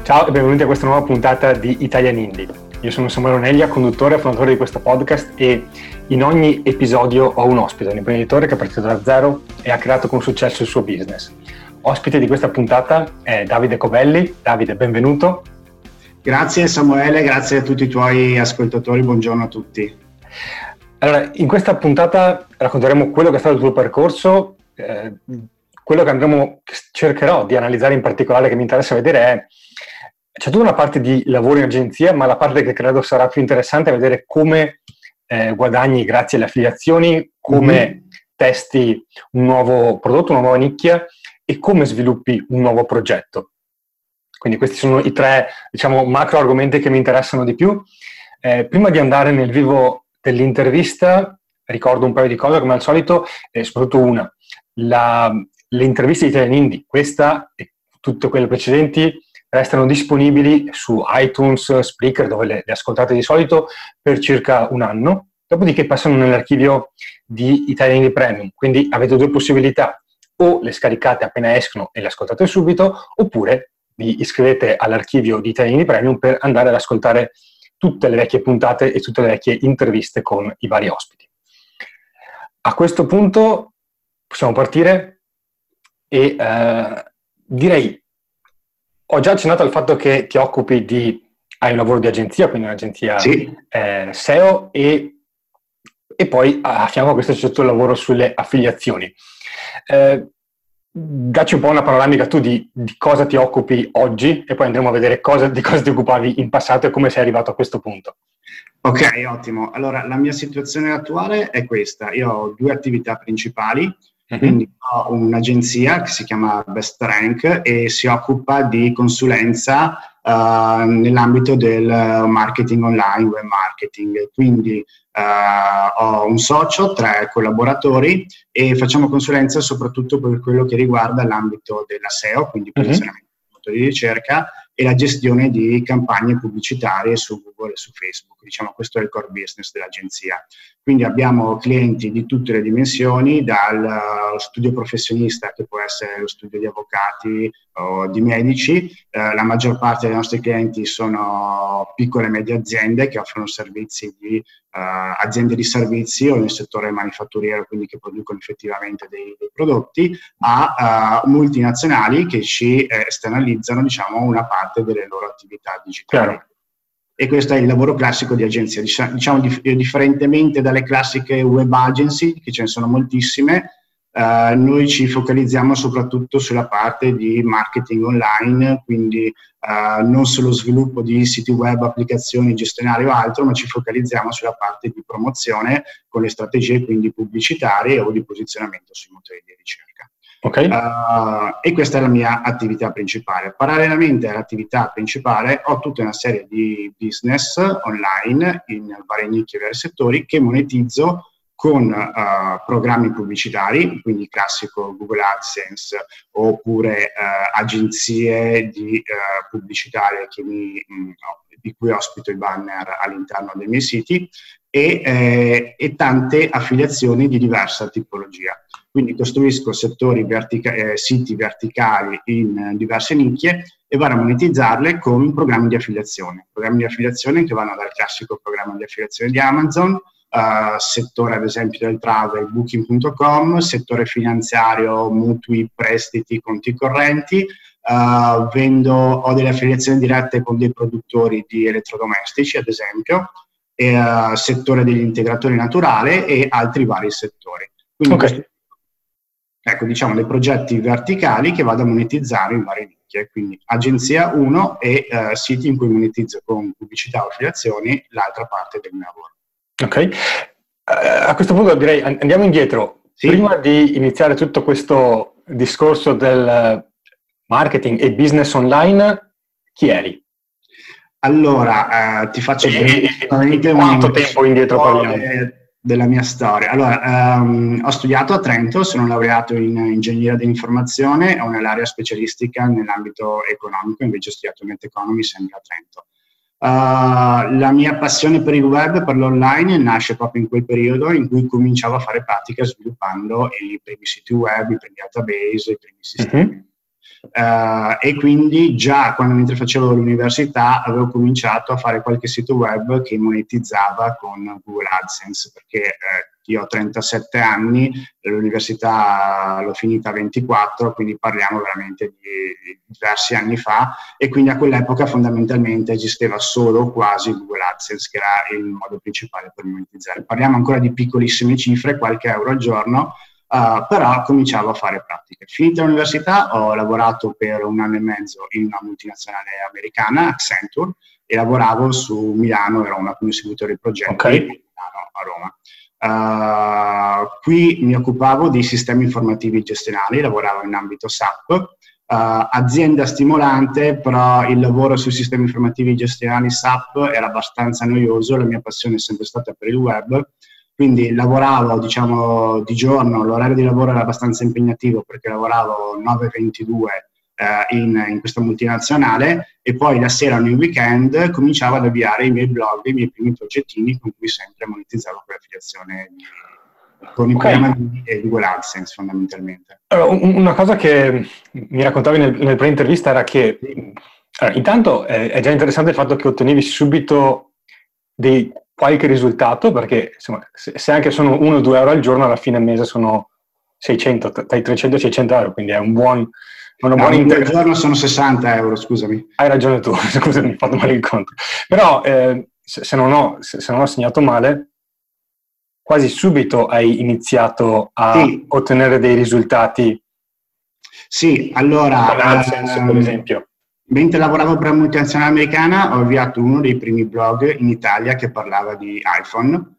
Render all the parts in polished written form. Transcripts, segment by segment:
Ciao e benvenuti a questa nuova puntata di Italian Indie. Io sono Samuele Oneglia, conduttore e fondatore di questo podcast, e in ogni episodio ho un ospite, un imprenditore che è partito da zero e ha creato con successo il suo business. Ospite di questa puntata è Davide Covelli. Davide, benvenuto. Grazie Samuele, grazie a tutti i tuoi ascoltatori, buongiorno a tutti. Allora, in questa puntata racconteremo quello che è stato il tuo percorso. Quello che cercherò di analizzare in particolare, che mi interessa vedere, è c'è tutta una parte di lavoro in agenzia, ma la parte che credo sarà più interessante è vedere come guadagni grazie alle affiliazioni, come testi un nuovo prodotto, una nuova nicchia e come sviluppi un nuovo progetto. Quindi questi sono i tre, macro argomenti che mi interessano di più. Prima di andare nel vivo dell'intervista, ricordo un paio di cose come al solito, e soprattutto una. Le interviste di Italian Indie, questa e tutte quelle precedenti, restano disponibili su iTunes, Spreaker, dove le ascoltate di solito, per circa un anno. Dopodiché passano nell'archivio di Italian Indie Premium. Quindi avete due possibilità: o le scaricate appena escono e le ascoltate subito, oppure vi iscrivete all'archivio di Italian Indie Premium per andare ad ascoltare tutte le vecchie puntate e tutte le vecchie interviste con i vari ospiti. A questo punto possiamo partire e direi, ho già accennato al fatto che ti occupi hai un lavoro di agenzia, quindi un'agenzia sì. SEO, e poi a fianco a questo c'è tutto il lavoro sulle affiliazioni. Dacci un po' una panoramica tu di cosa ti occupi oggi e poi andremo a vedere di cosa ti occupavi in passato e come sei arrivato a questo punto. Ok, ottimo. Allora, la mia situazione attuale è questa. Io ho due attività principali. Quindi ho un'agenzia che si chiama Best Rank e si occupa di consulenza nell'ambito del marketing online, web marketing. Quindi ho un socio, 3 collaboratori, e facciamo consulenza soprattutto per quello che riguarda l'ambito della SEO, quindi posizionamento di ricerca, e la gestione di campagne pubblicitarie su Google e su Facebook. Diciamo, questo è il core business dell'agenzia. Quindi abbiamo clienti di tutte le dimensioni, dal studio professionista, che può essere lo studio di avvocati o di medici. La maggior parte dei nostri clienti sono piccole e medie aziende che offrono servizi di aziende di servizi o nel settore manifatturiero, quindi che producono effettivamente dei prodotti, a multinazionali che ci esternalizzano, una parte delle loro attività digitali. Chiaro. E questo è il lavoro classico di agenzia. Differentemente dalle classiche web agency, che ce ne sono moltissime, noi ci focalizziamo soprattutto sulla parte di marketing online, quindi non sullo sviluppo di siti web, applicazioni, gestionali o altro, ma ci focalizziamo sulla parte di promozione con le strategie quindi pubblicitarie o di posizionamento sui motori di ricerca. Okay. E questa è la mia attività principale. Parallelamente all'attività principale ho tutta una serie di business online in varie nicchie e vari settori che monetizzo con programmi pubblicitari, quindi classico Google AdSense, oppure agenzie di pubblicitarie di cui ospito i banner all'interno dei miei siti, e tante affiliazioni di diversa tipologia. Quindi costruisco siti verticali in diverse nicchie e vado a monetizzarle con programmi di affiliazione. Programmi di affiliazione che vanno dal classico programma di affiliazione di Amazon, settore ad esempio del travel, booking.com, settore finanziario, mutui, prestiti, conti correnti. Ho delle affiliazioni dirette con dei produttori di elettrodomestici, ad esempio, settore degli integratori naturali e altri vari settori. Quindi dei progetti verticali che vado a monetizzare in varie nicchie. Quindi agenzia 1 e siti in cui monetizzo con pubblicità o affiliazioni l'altra parte del mio lavoro. Ok. A questo punto direi andiamo indietro. Sì. Prima di iniziare tutto questo discorso del marketing e business online, chi eri? Allora, ti faccio quanto tempo indietro parliamo? Della mia storia. Allora, ho studiato a Trento, sono laureato in ingegneria dell'informazione, ho un'area specialistica nell'ambito economico, invece ho studiato Net Economy sempre a Trento. La mia passione per il web, per l'online, nasce proprio in quel periodo in cui cominciavo a fare pratica sviluppando i primi siti web, i primi database, i primi sistemi. E quindi già mentre facevo l'università avevo cominciato a fare qualche sito web che monetizzava con Google AdSense, perché io ho 37 anni, l'università l'ho finita a 24, quindi parliamo veramente di diversi anni fa, e quindi a quell'epoca fondamentalmente esisteva solo quasi Google AdSense, che era il modo principale per monetizzare. Parliamo ancora di piccolissime cifre, qualche euro al giorno, però cominciavo a fare pratiche. Finita l'università ho lavorato per 1 anno e mezzo in una multinazionale americana, Accenture, e lavoravo su Milano e Roma come esecutore di progetti, Milano a Roma. Qui mi occupavo di sistemi informativi gestionali, lavoravo in ambito SAP, azienda stimolante, però il lavoro sui sistemi informativi gestionali SAP era abbastanza noioso, la mia passione è sempre stata per il web, quindi lavoravo diciamo di giorno, l'orario di lavoro era abbastanza impegnativo perché lavoravo 9-22 in questa multinazionale, e poi la sera nel weekend cominciavo ad avviare i miei blog, i miei primi progettini con cui sempre monetizzavo con l'affiliazione con il programma di Google AdSense fondamentalmente. Allora, una cosa che mi raccontavi nel pre-intervista era che intanto è già interessante il fatto che ottenevi subito qualche risultato, perché insomma, se anche sono 1 o 2 euro al giorno, alla fine mese sono 600, dai 300 ai 600 euro, quindi è una buona al giorno sono 60 euro, scusami. Hai ragione tu, scusami, ho fatto male il conto. Però se non ho segnato male, quasi subito hai iniziato a ottenere dei risultati. Sì, allora, per esempio. Mentre lavoravo per la multinazionale americana ho avviato uno dei primi blog in Italia che parlava di iPhone,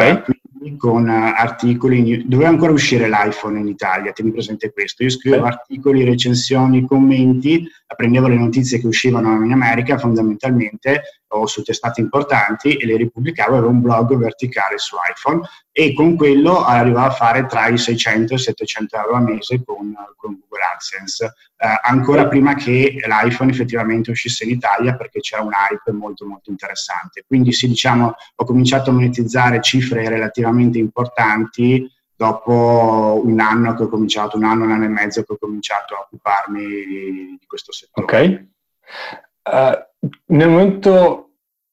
con articoli, doveva ancora uscire l'iPhone in Italia, tieni presente questo, io scrivevo articoli, recensioni, commenti, prendevo le notizie che uscivano in America fondamentalmente o su testate importanti e le ripubblicavo, avevo un blog verticale su iPhone e con quello arrivavo a fare tra i 600 e i 700 euro a mese con Google AdSense, ancora prima che l'iPhone effettivamente uscisse in Italia, perché c'era un hype molto molto interessante. Quindi sì, diciamo, ho cominciato a monetizzare cifre relativamente importanti dopo un anno che ho cominciato, un anno e mezzo che ho cominciato a occuparmi di questo settore. Ok. Nel momento,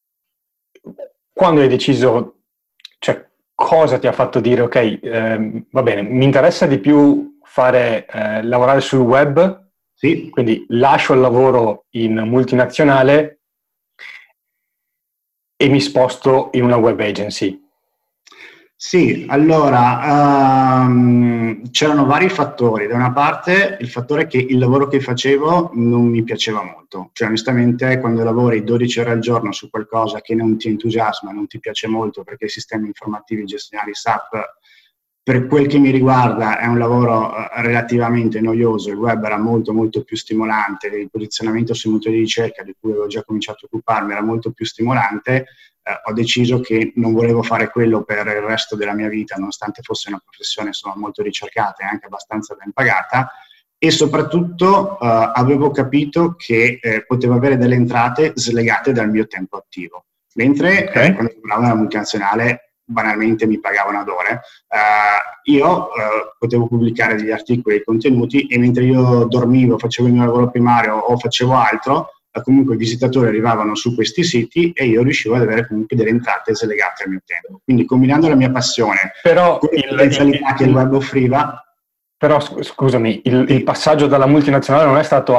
quando hai deciso, cioè cosa ti ha fatto dire ok, va bene, mi interessa di più lavorare sul web, sì. Quindi lascio il lavoro in multinazionale e mi sposto in una web agency? Sì, allora c'erano vari fattori. Da una parte il fattore che il lavoro che facevo non mi piaceva molto, cioè onestamente quando lavori 12 ore al giorno su qualcosa che non ti entusiasma, non ti piace molto, perché i sistemi informativi gestionali SAP, per quel che mi riguarda, è un lavoro relativamente noioso, il web era molto molto più stimolante, il posizionamento sui motori di ricerca di cui avevo già cominciato a occuparmi era molto più stimolante. Ho deciso che non volevo fare quello per il resto della mia vita, nonostante fosse una professione insomma, molto ricercata e anche abbastanza ben pagata, e soprattutto avevo capito che potevo avere delle entrate slegate dal mio tempo attivo, mentre quando lavoravo nella multinazionale banalmente mi pagavano ad ore, io potevo pubblicare degli articoli e contenuti e mentre io dormivo, facevo il mio lavoro primario o facevo altro, comunque i visitatori arrivavano su questi siti e io riuscivo ad avere comunque delle entrate slegate al mio tempo. Quindi combinando la mia passione con le potenzialità che il web offriva. Però scusami, il passaggio dalla multinazionale non è stato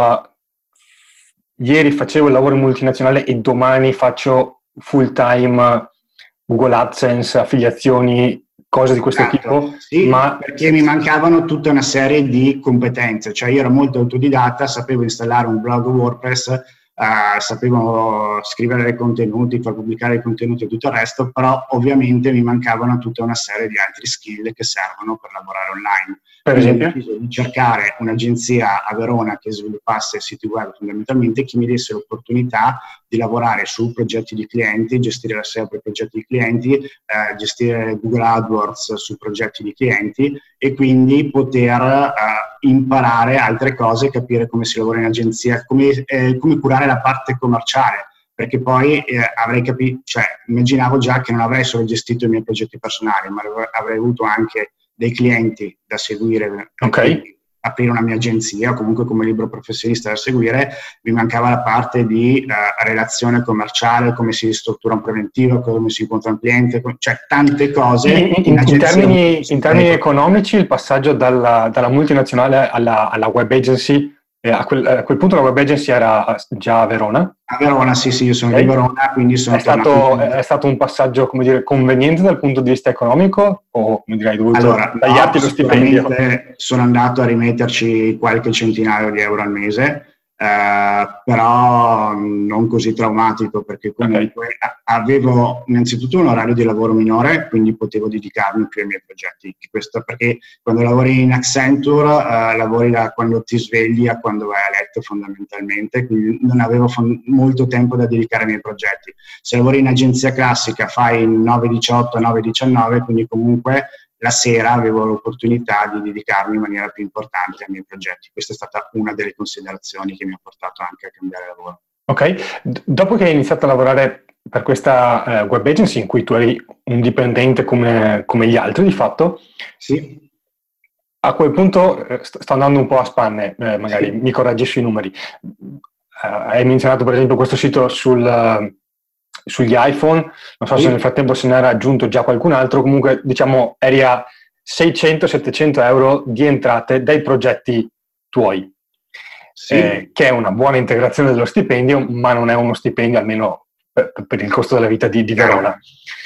ieri facevo il lavoro in multinazionale e domani faccio full time Google AdSense, affiliazioni, cose di questo tipo? Sì, perché mi mancavano tutta una serie di competenze, cioè io ero molto autodidatta, sapevo installare un blog WordPress, sapevo scrivere dei contenuti, far pubblicare i contenuti e tutto il resto, però ovviamente mi mancavano tutta una serie di altri skill che servono per lavorare online. Per esempio? Ho deciso di cercare un'agenzia a Verona che sviluppasse siti web fondamentalmente, che mi desse l'opportunità di lavorare su progetti di clienti, gestire la SEO per progetti di clienti, gestire Google AdWords su progetti di clienti e quindi poter imparare altre cose, capire come si lavora in agenzia, come curare la parte commerciale, perché poi avrei capito, cioè immaginavo già che non avrei solo gestito i miei progetti personali, ma avrei avuto anche dei clienti da seguire, aprire una mia agenzia, o comunque come libero professionista da seguire, mi mancava la parte di relazione commerciale, come si struttura un preventivo, come si incontra un cliente, cioè tante cose. In termini economici, il passaggio dalla multinazionale alla web agency, a quel punto la web agency era già a Verona? A Verona, sì, io sono di Verona, quindi sono tornato. È stato un passaggio, come dire, conveniente dal punto di vista economico, o come direi, dovuto tagliarti lo stipendio? Sono andato a rimetterci qualche centinaio di euro al mese, però non così traumatico, perché comunque avevo innanzitutto un orario di lavoro minore, quindi potevo dedicarmi più ai miei progetti. Questo perché quando lavori in Accenture lavori da quando ti svegli a quando vai a letto, fondamentalmente, quindi non avevo molto tempo da dedicare ai miei progetti. Se lavori in agenzia classica fai 9-18, 9-19, quindi comunque la sera avevo l'opportunità di dedicarmi in maniera più importante ai miei progetti. Questa è stata una delle considerazioni che mi ha portato anche a cambiare lavoro. Ok, dopo che hai iniziato a lavorare per questa web agency in cui tu eri un dipendente come gli altri di fatto, sì. A quel punto sto andando un po' a spanne, magari mi correggi sui numeri. Hai menzionato per esempio questo sito sugli iPhone, non so se nel frattempo se ne era aggiunto già qualcun altro, comunque diciamo eri a 600-700 euro di entrate dai progetti tuoi, che è una buona integrazione dello stipendio, ma non è uno stipendio almeno per il costo della vita di Verona.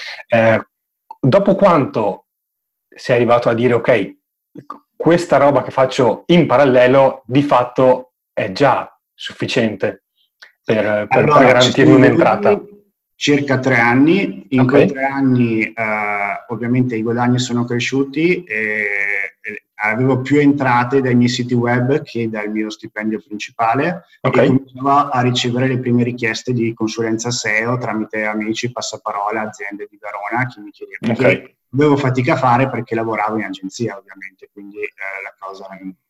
Dopo quanto sei arrivato a dire ok, questa roba che faccio in parallelo di fatto è già sufficiente per garantirmi un'entrata? Circa 3 anni, in quei 3 anni ovviamente i guadagni sono cresciuti e avevo più entrate dai miei siti web che dal mio stipendio principale e cominciavo a ricevere le prime richieste di consulenza SEO tramite amici, passaparola, aziende di Verona che mi chiedevano, che avevo fatica a fare perché lavoravo in agenzia ovviamente, quindi la cosa...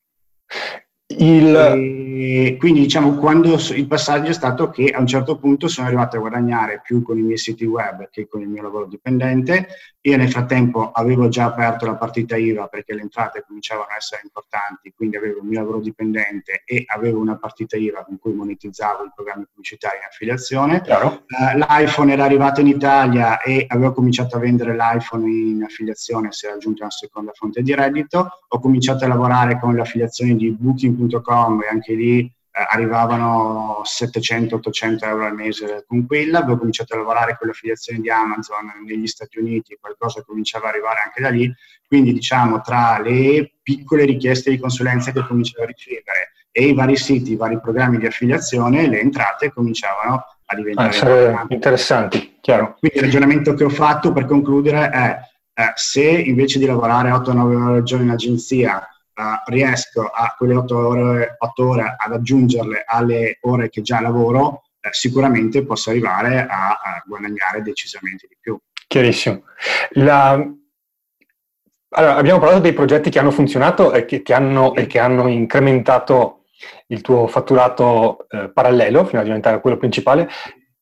Quindi diciamo quando il passaggio è stato che a un certo punto sono arrivato a guadagnare più con i miei siti web che con il mio lavoro dipendente. Io nel frattempo avevo già aperto la partita IVA perché le entrate cominciavano a essere importanti, quindi avevo il mio lavoro dipendente e avevo una partita IVA con cui monetizzavo i programmi pubblicitari in affiliazione. L'iPhone era arrivato in Italia e avevo cominciato a vendere l'iPhone in affiliazione, si era aggiunta una seconda fonte di reddito. Ho cominciato a lavorare con le affiliazioni di Booking.com e anche lì arrivavano 700-800 euro al mese con quella. Avevo cominciato a lavorare con le affiliazioni di Amazon negli Stati Uniti, qualcosa cominciava a arrivare anche da lì, quindi diciamo tra le piccole richieste di consulenza che cominciavo a ricevere e i vari siti, i vari programmi di affiliazione, le entrate cominciavano a diventare interessanti, chiaro. Quindi il ragionamento che ho fatto per concludere è se invece di lavorare 8-9 ore al giorno in agenzia riesco a quelle 8 ore ad aggiungerle alle ore che già lavoro, sicuramente posso arrivare a guadagnare decisamente di più. Chiarissimo. Allora, abbiamo parlato dei progetti che hanno funzionato e che hanno incrementato il tuo fatturato parallelo fino a diventare quello principale.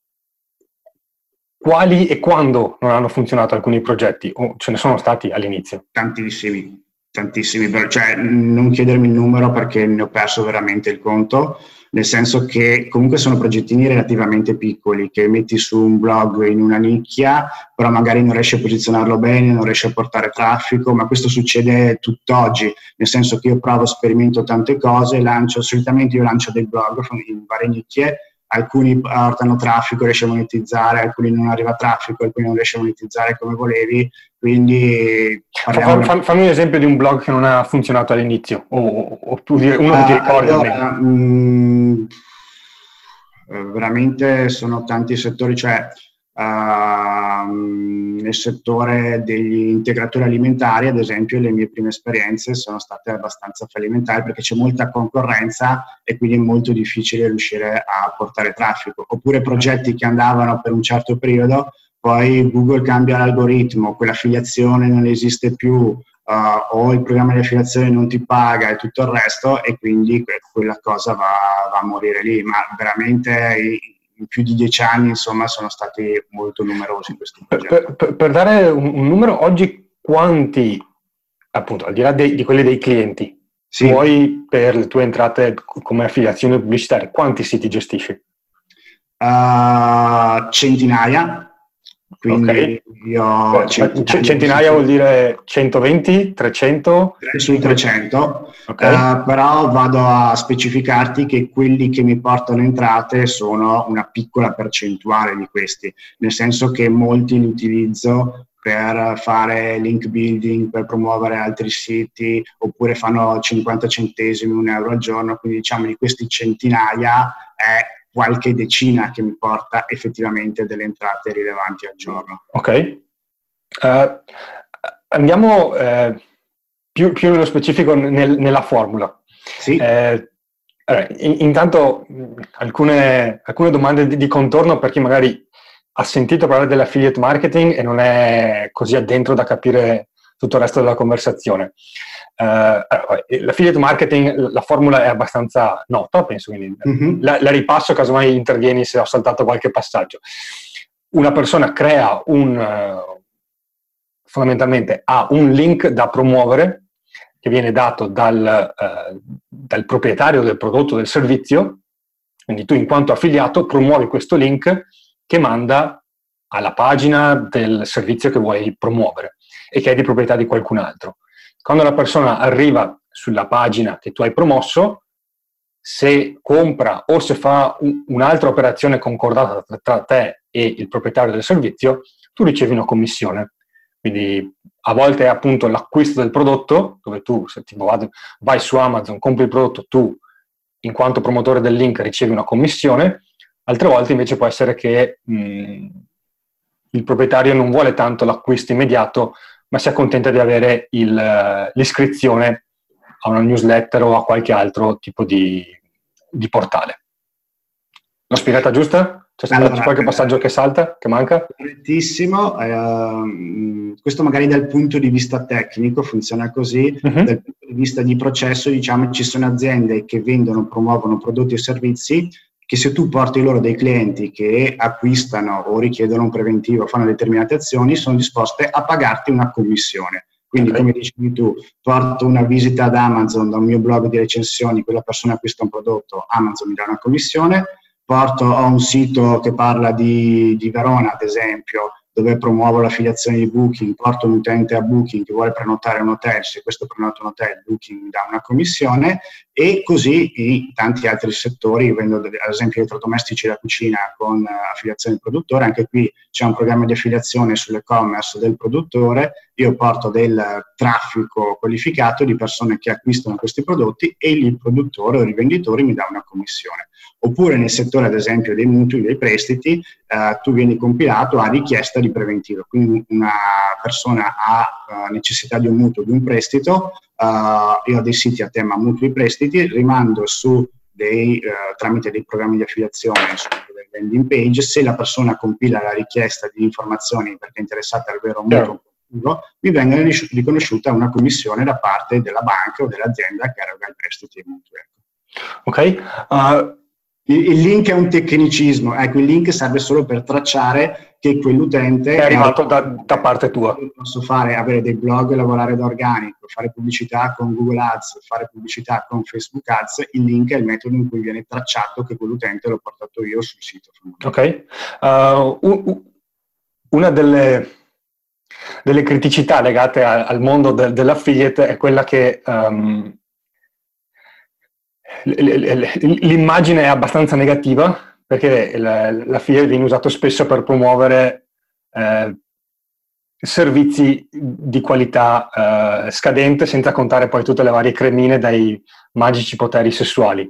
Quali e quando non hanno funzionato alcuni progetti? O ce ne sono stati all'inizio? Tantissimi, cioè non chiedermi il numero perché ne ho perso veramente il conto, nel senso che comunque sono progettini relativamente piccoli che metti su un blog in una nicchia, però magari non riesci a posizionarlo bene, non riesci a portare traffico, ma questo succede tutt'oggi, nel senso che io provo, sperimento tante cose, solitamente io lancio dei blog in varie nicchie, alcuni portano traffico, riesci a monetizzare, alcuni non arriva traffico, alcuni non riesci a monetizzare come volevi, quindi... Fammi un esempio di un blog che non ha funzionato all'inizio, o uno che ti ricordi almeno. Veramente sono tanti settori, cioè nel settore degli integratori alimentari, ad esempio, le mie prime esperienze sono state abbastanza fallimentari perché c'è molta concorrenza e quindi è molto difficile riuscire a portare traffico. Oppure progetti che andavano per un certo periodo, poi Google cambia l'algoritmo, quell'affiliazione non esiste più, o il programma di affiliazione non ti paga e tutto il resto, e quindi quella cosa va a morire lì. Ma veramente in più di 10 anni, insomma, sono stati molto numerosi questi progetti. Per dare un numero, oggi quanti, appunto, al di là di quelli dei clienti, Sì. tuoi per le tue entrate come affiliazione pubblicitaria, quanti siti gestisci? Centinaia, quindi Ok. io ho centinaia di Centinaia siti. vuol dire 120, 300? Sui 300, Ok, però vado a specificarti che quelli che mi portano entrate sono una piccola percentuale di questi, nel senso che molti li utilizzo per fare link building, per promuovere altri siti, oppure fanno 50 centesimi, €1 al giorno, quindi diciamo di questi centinaia è qualche decina che mi porta effettivamente delle entrate rilevanti al giorno. ok. Andiamo più nello specifico nella formula. Sì. Allora, intanto alcune domande di contorno per chi magari ha sentito parlare dell'affiliate marketing e non è così addentro da capire tutto il resto della conversazione. L'affiliate marketing, la formula è abbastanza nota, penso, quindi la ripasso casomai intervieni se ho saltato qualche passaggio. Una persona crea fondamentalmente ha un link da promuovere che viene dato dal proprietario del prodotto o del servizio, quindi tu in quanto affiliato promuovi questo link che manda alla pagina del servizio che vuoi promuovere e che è di proprietà di qualcun altro. Quando la persona arriva sulla pagina che tu hai promosso, se compra o se fa un'altra operazione concordata tra te e il proprietario del servizio, tu ricevi una commissione. Quindi a volte è appunto l'acquisto del prodotto, dove tu se tipo vai su Amazon, compri il prodotto, tu in quanto promotore del link ricevi una commissione, altre volte invece può essere che il proprietario non vuole tanto l'acquisto immediato, ma si accontenta di avere l'iscrizione a una newsletter o a qualche altro tipo di portale. L'ho spiegata giusta? C'è qualche passaggio che salta, che manca? Correttissimo, questo magari dal punto di vista tecnico funziona così, dal punto di vista di processo diciamo ci sono aziende che vendono, promuovono prodotti e servizi che se tu porti loro dei clienti che acquistano o richiedono un preventivo, fanno determinate azioni, sono disposte a pagarti una commissione. Quindi come dicevi tu, porto una visita ad Amazon da un mio blog di recensioni, quella persona acquista un prodotto, Amazon mi dà una commissione, ho un sito che parla di Verona, ad esempio, dove promuovo l'affiliazione di Booking, porto un utente a Booking che vuole prenotare un hotel, se questo prenota un hotel, Booking mi dà una commissione, e così in tanti altri settori, vendo ad esempio elettrodomestici da cucina con affiliazione del produttore, anche qui c'è un programma di affiliazione sull'e-commerce del produttore, io porto del traffico qualificato di persone che acquistano questi prodotti e il produttore o i rivenditori mi dà una commissione. Oppure nel settore ad esempio dei mutui, dei prestiti, tu vieni compilato a richiesta di preventivo, quindi una persona ha necessità di un mutuo, di un prestito, io ho dei siti a tema mutui e prestiti, rimando su tramite dei programmi di affiliazione su delle landing page, se la persona compila la richiesta di informazioni perché è interessata al vero mutuo, mi venga riconosciuta una commissione da parte della banca o dell'azienda che eroga i prestiti e i mutui. Ok. Il link è un tecnicismo, ecco, il link serve solo per tracciare che quell'utente è arrivato da parte tua. Io posso avere dei blog e lavorare da organico, fare pubblicità con Google Ads, fare pubblicità con Facebook Ads, il link è il metodo in cui viene tracciato che quell'utente l'ho portato io sul sito. Ok. Una delle criticità legate al mondo dell'affiliate è quella che l'immagine è abbastanza negativa, perché l'affiliate viene usato spesso per promuovere servizi di qualità scadente, senza contare poi tutte le varie cremine dai magici poteri sessuali.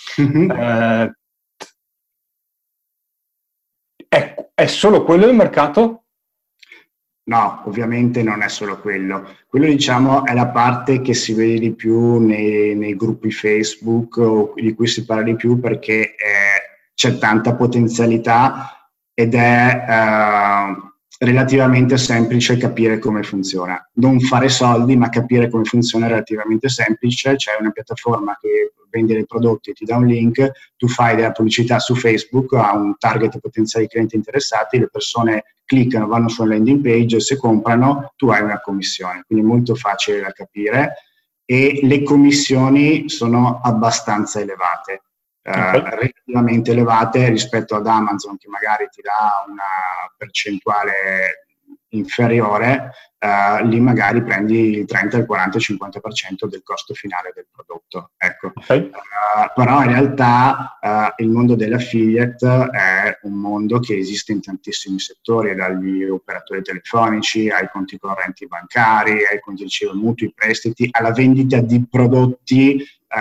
È solo quello il mercato? No, ovviamente non è solo quello. Quello, diciamo, è la parte che si vede di più nei gruppi Facebook, o di cui si parla di più, perché c'è tanta potenzialità ed è relativamente semplice capire come funziona. Non fare soldi, ma capire come funziona è relativamente semplice. C'è una piattaforma che vende dei prodotti, ti dà un link, tu fai della pubblicità su Facebook a un target potenziali clienti interessati, le persone cliccano, vanno sulla landing page, se comprano tu hai una commissione, quindi molto facile da capire. e le commissioni sono abbastanza elevate. Relativamente elevate rispetto ad Amazon, che magari ti dà una percentuale inferiore, lì magari prendi il 30, il 40, il 50% del costo finale del prodotto. Ecco. Però in realtà il mondo dell'affiliate è un mondo che esiste in tantissimi settori, dagli operatori telefonici ai conti correnti bancari, ai conti mutui, prestiti, alla vendita di prodotti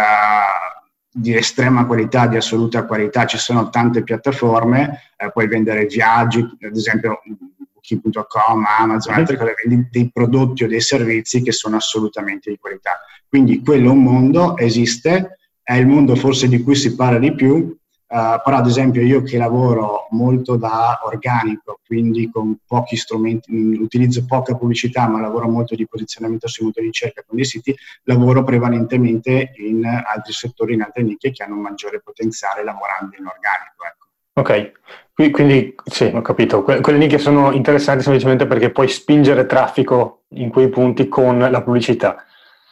di estrema qualità, di assoluta qualità. Ci sono tante piattaforme, puoi vendere viaggi, ad esempio Booking.com, Amazon, altre cose, vendi dei prodotti o dei servizi che sono assolutamente di qualità. Quindi quello è un mondo, esiste, è il mondo forse di cui si parla di più, però ad esempio io che lavoro molto da organico, quindi con pochi strumenti, utilizzo poca pubblicità, ma lavoro molto di posizionamento sui motori di ricerca con dei siti, lavoro prevalentemente in altri settori, in altre nicchie che hanno un maggiore potenziale lavorando in organico. Ecco. Ok, quindi sì, ho capito. Quelle nicchie sono interessanti semplicemente perché puoi spingere traffico in quei punti con la pubblicità.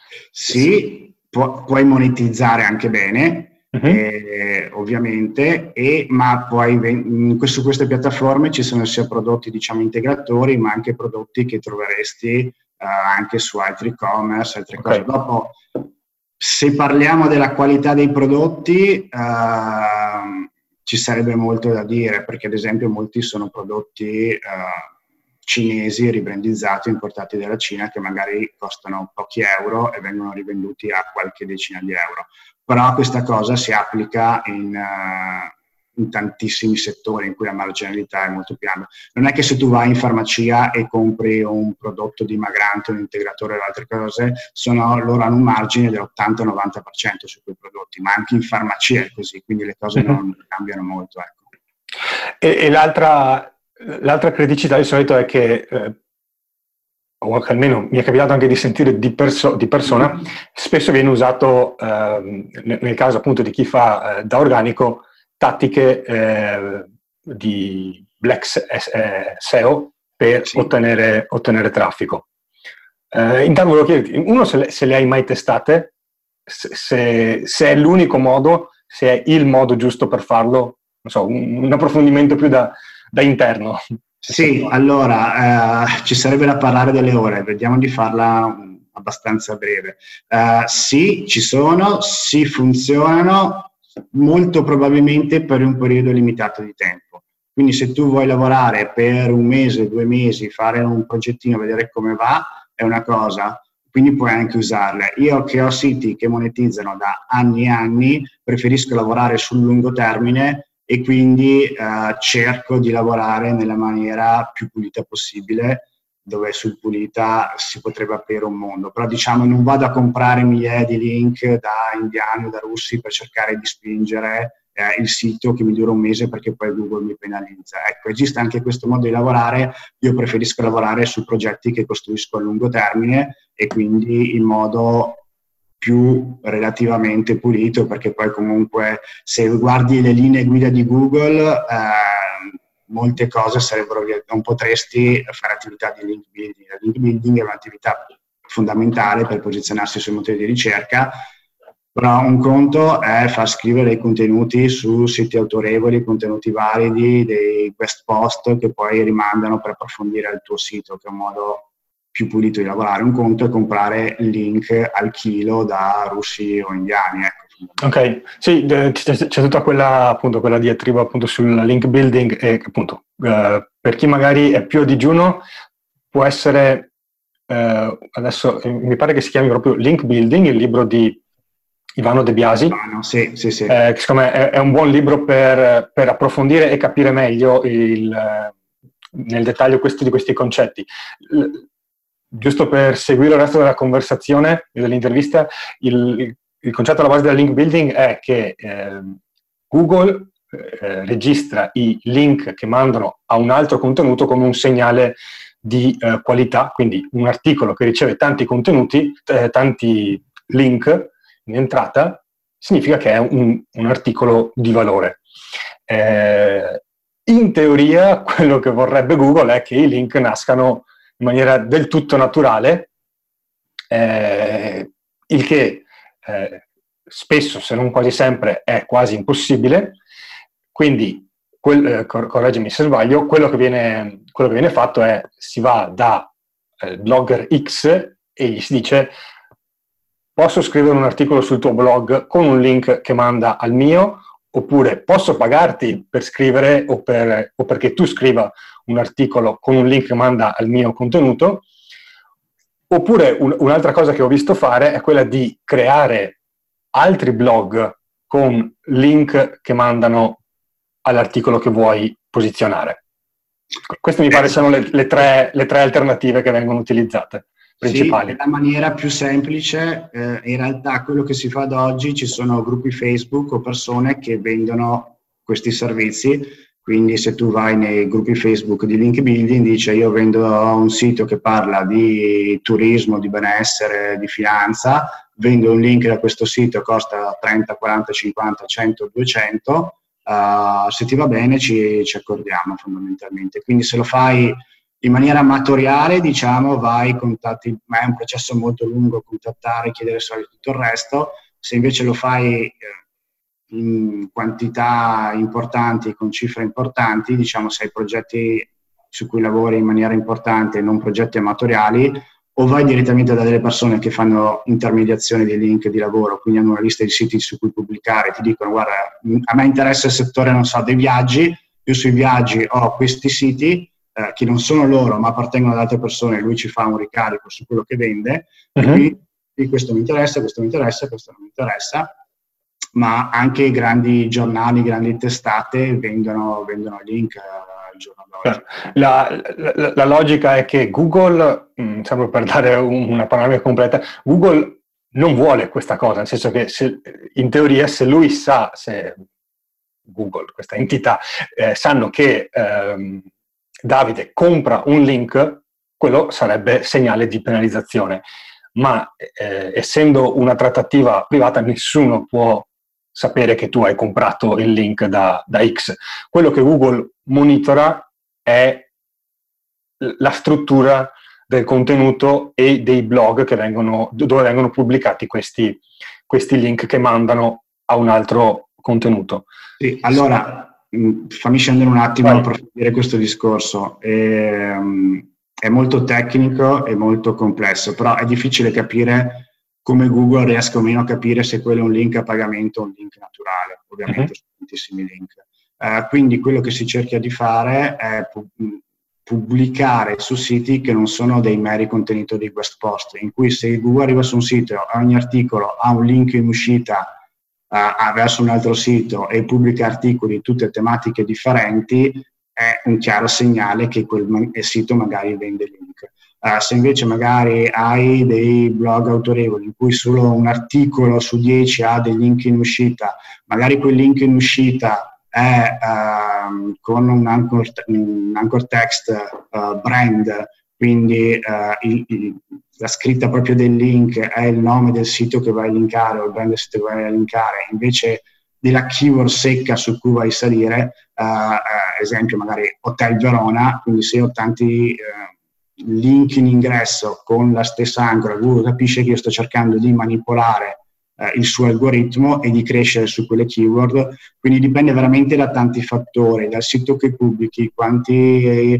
Sì, puoi monetizzare anche bene. Ovviamente, ma poi su queste piattaforme ci sono sia prodotti, diciamo, integratori, ma anche prodotti che troveresti anche su altri e-commerce, altre cose. Dopo, se parliamo della qualità dei prodotti, ci sarebbe molto da dire, perché ad esempio molti sono prodotti cinesi ribrandizzati, importati dalla Cina, che magari costano pochi euro e vengono rivenduti a qualche decina di euro. Però questa cosa si applica in tantissimi settori in cui la marginalità è molto più ampia. Non è che se tu vai in farmacia e compri un prodotto dimagrante, un integratore o altre cose, loro hanno un margine dell'80-90% su quei prodotti, ma anche in farmacia è così, quindi le cose non cambiano molto. Ecco. E l'altra criticità di solito è che, o almeno mi è capitato anche di sentire di persona, spesso viene usato, nel caso appunto di chi fa da organico, tattiche di black SEO per ottenere traffico. Intanto volevo chiederti, uno, se le hai mai testate, se è l'unico modo, se è il modo giusto per farlo, non so, un approfondimento più da interno. Sì, allora, ci sarebbe da parlare delle ore, vediamo di farla abbastanza breve. Sì, ci sono, sì, funzionano, molto probabilmente per un periodo limitato di tempo. Quindi se tu vuoi lavorare per un mese, 2 mesi, fare un progettino, vedere come va, è una cosa, quindi puoi anche usarle. Io che ho siti che monetizzano da anni e anni, preferisco lavorare sul lungo termine e quindi cerco di lavorare nella maniera più pulita possibile, dove sul pulita si potrebbe aprire un mondo. Però diciamo non vado a comprare migliaia di link da indiani o da russi per cercare di spingere il sito che mi dura un mese perché poi Google mi penalizza. Ecco, esiste anche questo modo di lavorare. Io preferisco lavorare su progetti che costruisco a lungo termine e quindi in modo più relativamente pulito, perché poi comunque se guardi le linee guida di Google molte cose sarebbero via, non potresti fare attività di link building. Il link building è un'attività fondamentale per posizionarsi sui motori di ricerca, però un conto è far scrivere dei contenuti su siti autorevoli, contenuti validi, dei guest post che poi rimandano per approfondire il tuo sito, che è un modo più pulito di lavorare. Un conto è comprare link al chilo da russi o indiani, ecco. Ok, sì, c'è tutta quella diatriba appunto sul link building e appunto per chi magari è più a digiuno può essere, adesso mi pare che si chiami proprio Link Building, il libro di Ivano De Biasi. Sì. Che secondo me è un buon libro per approfondire e capire meglio nel dettaglio di questi concetti. Giusto per seguire il resto della conversazione e dell'intervista, il concetto alla base del link building è che Google registra i link che mandano a un altro contenuto come un segnale di qualità, quindi un articolo che riceve tanti contenuti, tanti link in entrata, significa che è un articolo di valore. In teoria, quello che vorrebbe Google è che i link nascano in maniera del tutto naturale, il che spesso, se non quasi sempre, è quasi impossibile. Quindi, correggimi se sbaglio, quello che viene fatto è si va da blogger X e gli si dice: posso scrivere un articolo sul tuo blog con un link che manda al mio, oppure posso pagarti per scrivere o perché tu scriva un articolo con un link che manda al mio contenuto. Oppure un'altra cosa che ho visto fare è quella di creare altri blog con link che mandano all'articolo che vuoi posizionare. Queste mi pare sono le tre alternative che vengono utilizzate, principali. Sì, la maniera più semplice, in realtà quello che si fa ad oggi, ci sono gruppi Facebook o persone che vendono questi servizi. Quindi se tu vai nei gruppi Facebook di link building, dice io vendo un sito che parla di turismo, di benessere, di finanza, vendo un link da questo sito, costa 30, 40, 50, 100, 200, se ti va bene ci accordiamo fondamentalmente. Quindi se lo fai in maniera amatoriale, diciamo, vai, contatti, ma è un processo molto lungo, contattare, chiedere soldi e tutto il resto. Se invece lo fai in quantità importanti, con cifre importanti, diciamo, se hai progetti su cui lavori in maniera importante, non progetti amatoriali, o vai direttamente da delle persone che fanno intermediazione di link di lavoro, quindi hanno una lista di siti su cui pubblicare, ti dicono guarda, a me interessa il settore, non so, dei viaggi, io sui viaggi ho questi siti che non sono loro ma appartengono ad altre persone, lui ci fa un ricarico su quello che vende, quindi questo mi interessa, questo mi interessa, questo non mi interessa. Ma anche i grandi giornali, grandi testate vendono link al giorno d'oggi. La logica è che Google, sempre per dare una panoramica completa, Google non vuole questa cosa, nel senso che in teoria se lui sa, se Google, questa entità, sanno che Davide compra un link, quello sarebbe segnale di penalizzazione. Ma essendo una trattativa privata, nessuno può sapere che tu hai comprato il link da X. Quello che Google monitora è la struttura del contenuto e dei blog dove vengono pubblicati questi link che mandano a un altro contenuto. Sì, allora fammi scendere un attimo a approfondire questo discorso. È molto tecnico e molto complesso, però è difficile capire come Google riesca o meno a capire se quello è un link a pagamento o un link naturale. Ovviamente sono tantissimi link. Quindi quello che si cerca di fare è pubblicare su siti che non sono dei meri contenitori di guest post, in cui se Google arriva su un sito, ogni articolo ha un link in uscita verso un altro sito e pubblica articoli di tutte tematiche differenti, è un chiaro segnale che quel sito magari vende link. Se invece magari hai dei blog autorevoli in cui solo un articolo su 10 ha dei link in uscita, magari quel link in uscita è con un anchor text brand, quindi la scritta proprio del link è il nome del sito che vai a linkare o il brand del sito che vai a linkare, invece della keyword secca su cui vai a salire, esempio magari Hotel Verona, quindi se ho tanti link in ingresso con la stessa ancora, Google capisce che io sto cercando di manipolare il suo algoritmo e di crescere su quelle keyword, quindi dipende veramente da tanti fattori, dal sito che pubblichi, quanti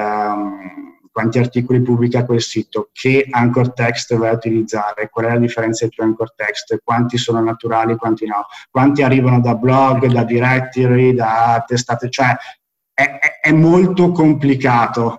articoli pubblica quel sito, che anchor text vai a utilizzare, qual è la differenza tra anchor text, quanti sono naturali, quanti no, quanti arrivano da blog, da directory, da testate, cioè è molto complicato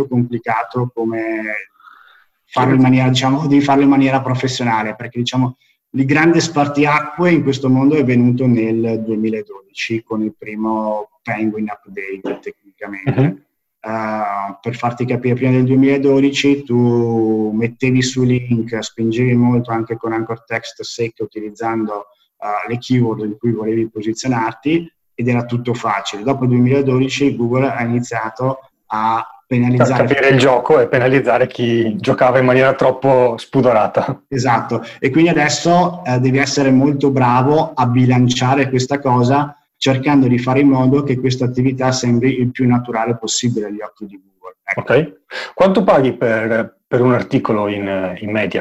come farlo in maniera, diciamo, devi farlo in maniera professionale, perché diciamo il grande spartiacque in questo mondo è venuto nel 2012 con il primo Penguin Update tecnicamente. Per farti capire, prima del 2012 tu mettevi su link, spingevi molto anche con anchor text secco utilizzando le keyword in cui volevi posizionarti ed era tutto facile. Dopo il 2012 Google ha iniziato a penalizzare, capire il gioco e penalizzare chi giocava in maniera troppo spudorata. Esatto, e quindi adesso devi essere molto bravo a bilanciare questa cosa, cercando di fare in modo che questa attività sembri il più naturale possibile agli occhi di Google. Ecco. Ok. Quanto paghi per un articolo in media?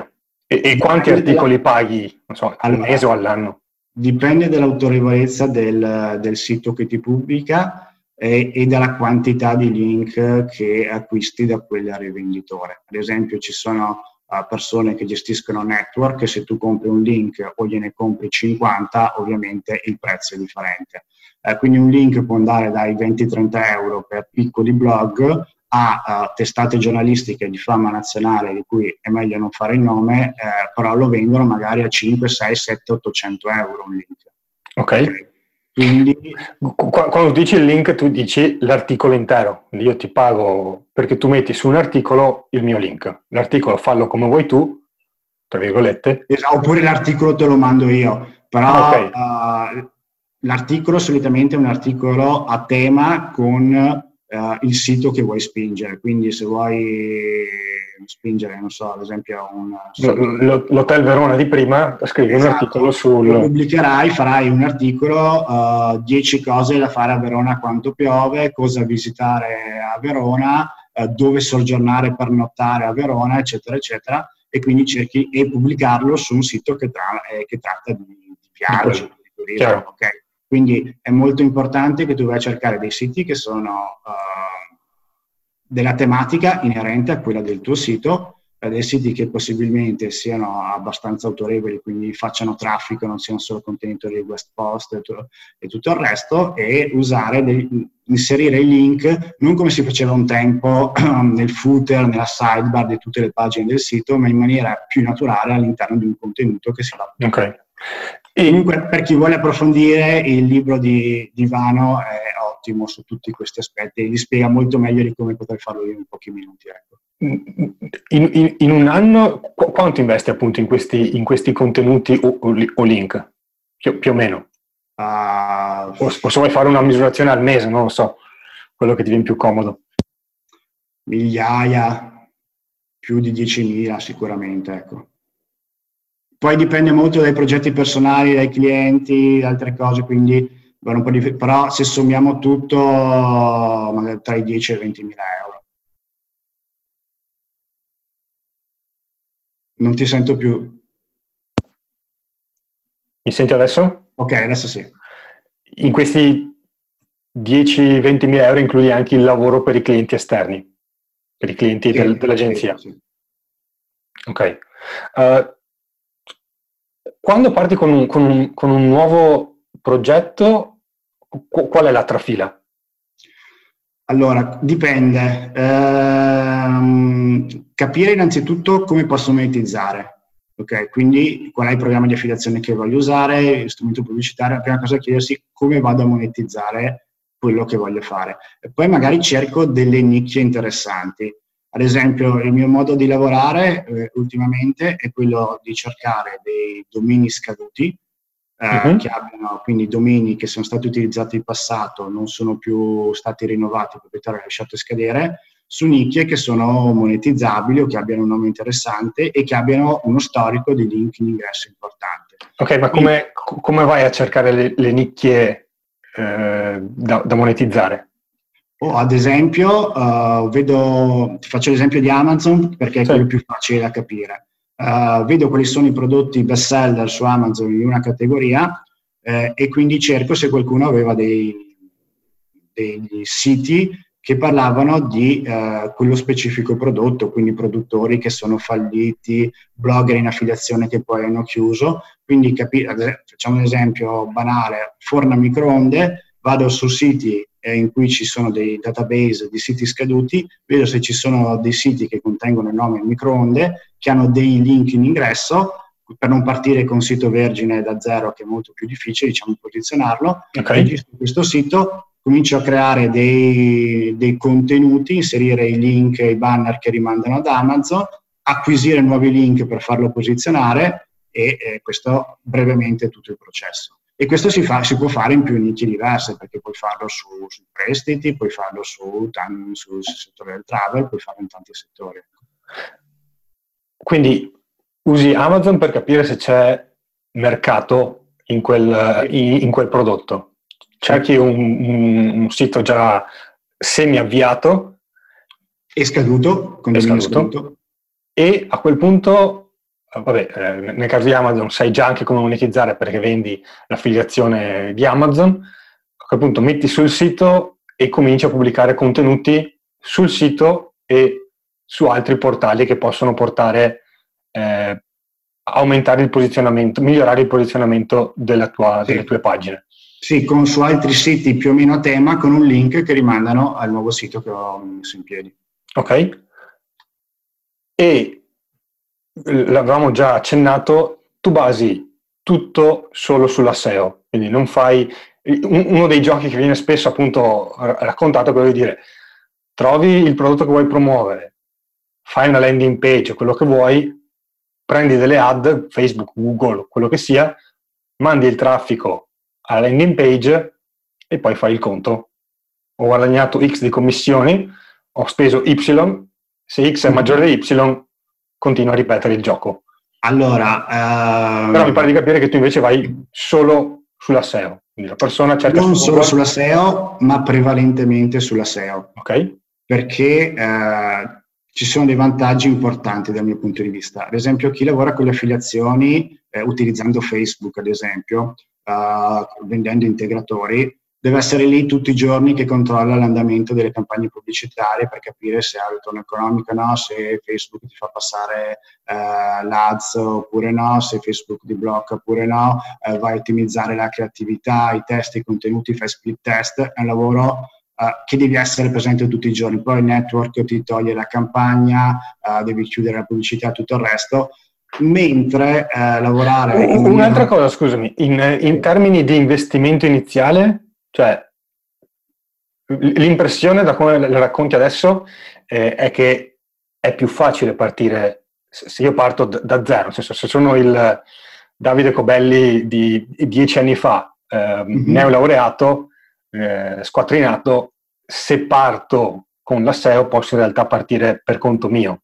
E quanti articoli paghi, non so, al mese o all'anno? Dipende dall'autorevolezza del sito che ti pubblica e dalla quantità di link che acquisti da quel rivenditore. Ad esempio ci sono persone che gestiscono network e se tu compri un link o gliene compri 50, ovviamente il prezzo è differente. Quindi un link può andare dai 20-30 euro per piccoli blog a testate giornalistiche di fama nazionale di cui è meglio non fare il nome, però lo vendono magari a 5, 6, 7, 800 euro un link. Ok. Quindi, quando dici il link tu dici l'articolo intero, io ti pago perché tu metti su un articolo il mio link, l'articolo fallo come vuoi tu, tra virgolette. Oppure l'articolo te lo mando io, però okay. L'articolo solitamente è un articolo a tema con il sito che vuoi spingere, quindi se vuoi spingere, non so, ad esempio l'Hotel Verona di prima, scrivi un articolo sul... Lo pubblicherai, farai un articolo, 10 cose da fare a Verona quando piove, cosa visitare a Verona, dove soggiornare per nottare a Verona, eccetera, eccetera, e quindi cerchi e pubblicarlo su un sito che tratta di viaggi, di turismo, ok? Quindi è molto importante che tu vai a cercare dei siti che sono della tematica inerente a quella del tuo sito, dei siti che possibilmente siano abbastanza autorevoli, quindi facciano traffico, non siano solo contenitori di West Post e tutto il resto, e inserire i link non come si faceva un tempo nel footer, nella sidebar di tutte le pagine del sito, ma in maniera più naturale all'interno di un contenuto che si va. Ok. Comunque, per chi vuole approfondire, il libro di Vano è ottimo su tutti questi aspetti e gli spiega molto meglio di come potrei farlo io in pochi minuti. Ecco. In un anno quanto investi appunto in questi contenuti o link? Più o meno? O se vuoi fare una misurazione al mese, non lo so, quello che ti viene più comodo. Migliaia, più di 10.000 sicuramente, ecco. Poi dipende molto dai progetti personali, dai clienti, altre cose, quindi un po' però se sommiamo tutto magari tra i 10 e i 20.000 euro. Non ti sento più. Mi senti adesso? Ok, adesso sì. In questi 10-20.000 euro includi anche il lavoro per i clienti esterni, per i clienti dell'agenzia. Sì. Ok. Quando parti con un nuovo progetto, qual è la trafila? Allora, dipende. Capire innanzitutto come posso monetizzare. Ok, quindi qual è il programma di affiliazione che voglio usare, lo strumento pubblicitario, la prima cosa è chiedersi come vado a monetizzare quello che voglio fare. E poi magari cerco delle nicchie interessanti. Ad esempio, il mio modo di lavorare ultimamente è quello di cercare dei domini scaduti, che abbiano quindi domini che sono stati utilizzati in passato, non sono più stati rinnovati, il proprietario ha lasciato scadere, su nicchie che sono monetizzabili o che abbiano un nome interessante e che abbiano uno storico di link in ingresso importante. Ok, ma come vai a cercare le nicchie da monetizzare? Ad esempio, ti faccio l'esempio di Amazon perché è quello più facile da capire. Vedo quali sono i prodotti best seller su Amazon in una categoria e quindi cerco se qualcuno aveva degli siti che parlavano di quello specifico prodotto, quindi produttori che sono falliti, blogger in affiliazione che poi hanno chiuso. Quindi facciamo un esempio banale, forno a microonde, vado su siti in cui ci sono dei database di siti scaduti, vedo se ci sono dei siti che contengono il nome microonde, che hanno dei link in ingresso, per non partire con un sito vergine da zero, che è molto più difficile, diciamo, posizionarlo. Registro questo sito, comincio a creare dei contenuti, inserire i link e i banner che rimandano ad Amazon, acquisire nuovi link per farlo posizionare e questo brevemente è tutto il processo. E questo si può fare in più nicchie diverse, perché puoi farlo su prestiti, puoi farlo sul settore del travel, puoi farlo in tanti settori. Quindi usi Amazon per capire se c'è mercato in quel prodotto. Cerchi un sito già semi-avviato e scaduto, con e a quel punto nel caso di Amazon sai già anche come monetizzare perché vendi l'affiliazione di Amazon, a quel punto metti sul sito e cominci a pubblicare contenuti sul sito e su altri portali che possono portare aumentare il posizionamento, migliorare il posizionamento delle tue pagine. Sì, su altri siti più o meno a tema con un link che rimandano al nuovo sito che ho messo in piedi. Ok. E l'avevamo già accennato, tu basi tutto solo sulla SEO, quindi non fai... Uno dei giochi che viene spesso appunto raccontato è quello di dire trovi il prodotto che vuoi promuovere, fai una landing page, quello che vuoi, prendi delle ad, Facebook, Google, quello che sia, mandi il traffico alla landing page e poi fai il conto. Ho guadagnato X di commissioni, ho speso Y, se X è maggiore di Y, continua a ripetere il gioco. Allora, però mi pare di capire che tu invece vai solo sulla SEO, quindi la persona cerca non solo sulla SEO, ma prevalentemente sulla SEO. Ok. Perché ci sono dei vantaggi importanti dal mio punto di vista. Ad esempio, chi lavora con le affiliazioni utilizzando Facebook, ad esempio, vendendo integratori, deve essere lì tutti i giorni che controlla l'andamento delle campagne pubblicitarie per capire se ha ritorno economico o no, se Facebook ti fa passare l'ADS oppure no, se Facebook ti blocca oppure no, vai a ottimizzare la creatività, i test, i contenuti, fai split test. È un lavoro che devi essere presente tutti i giorni. Poi il network ti toglie la campagna, devi chiudere la pubblicità, tutto il resto. Mentre lavorare... Un'altra cosa, scusami, in termini di investimento iniziale, cioè l'impressione da come le racconti adesso è che è più facile partire, se io parto da zero, nel senso, se sono il Davide Cobelli di 10 anni fa, neolaureato, squattrinato, se parto con la SEO posso in realtà partire per conto mio.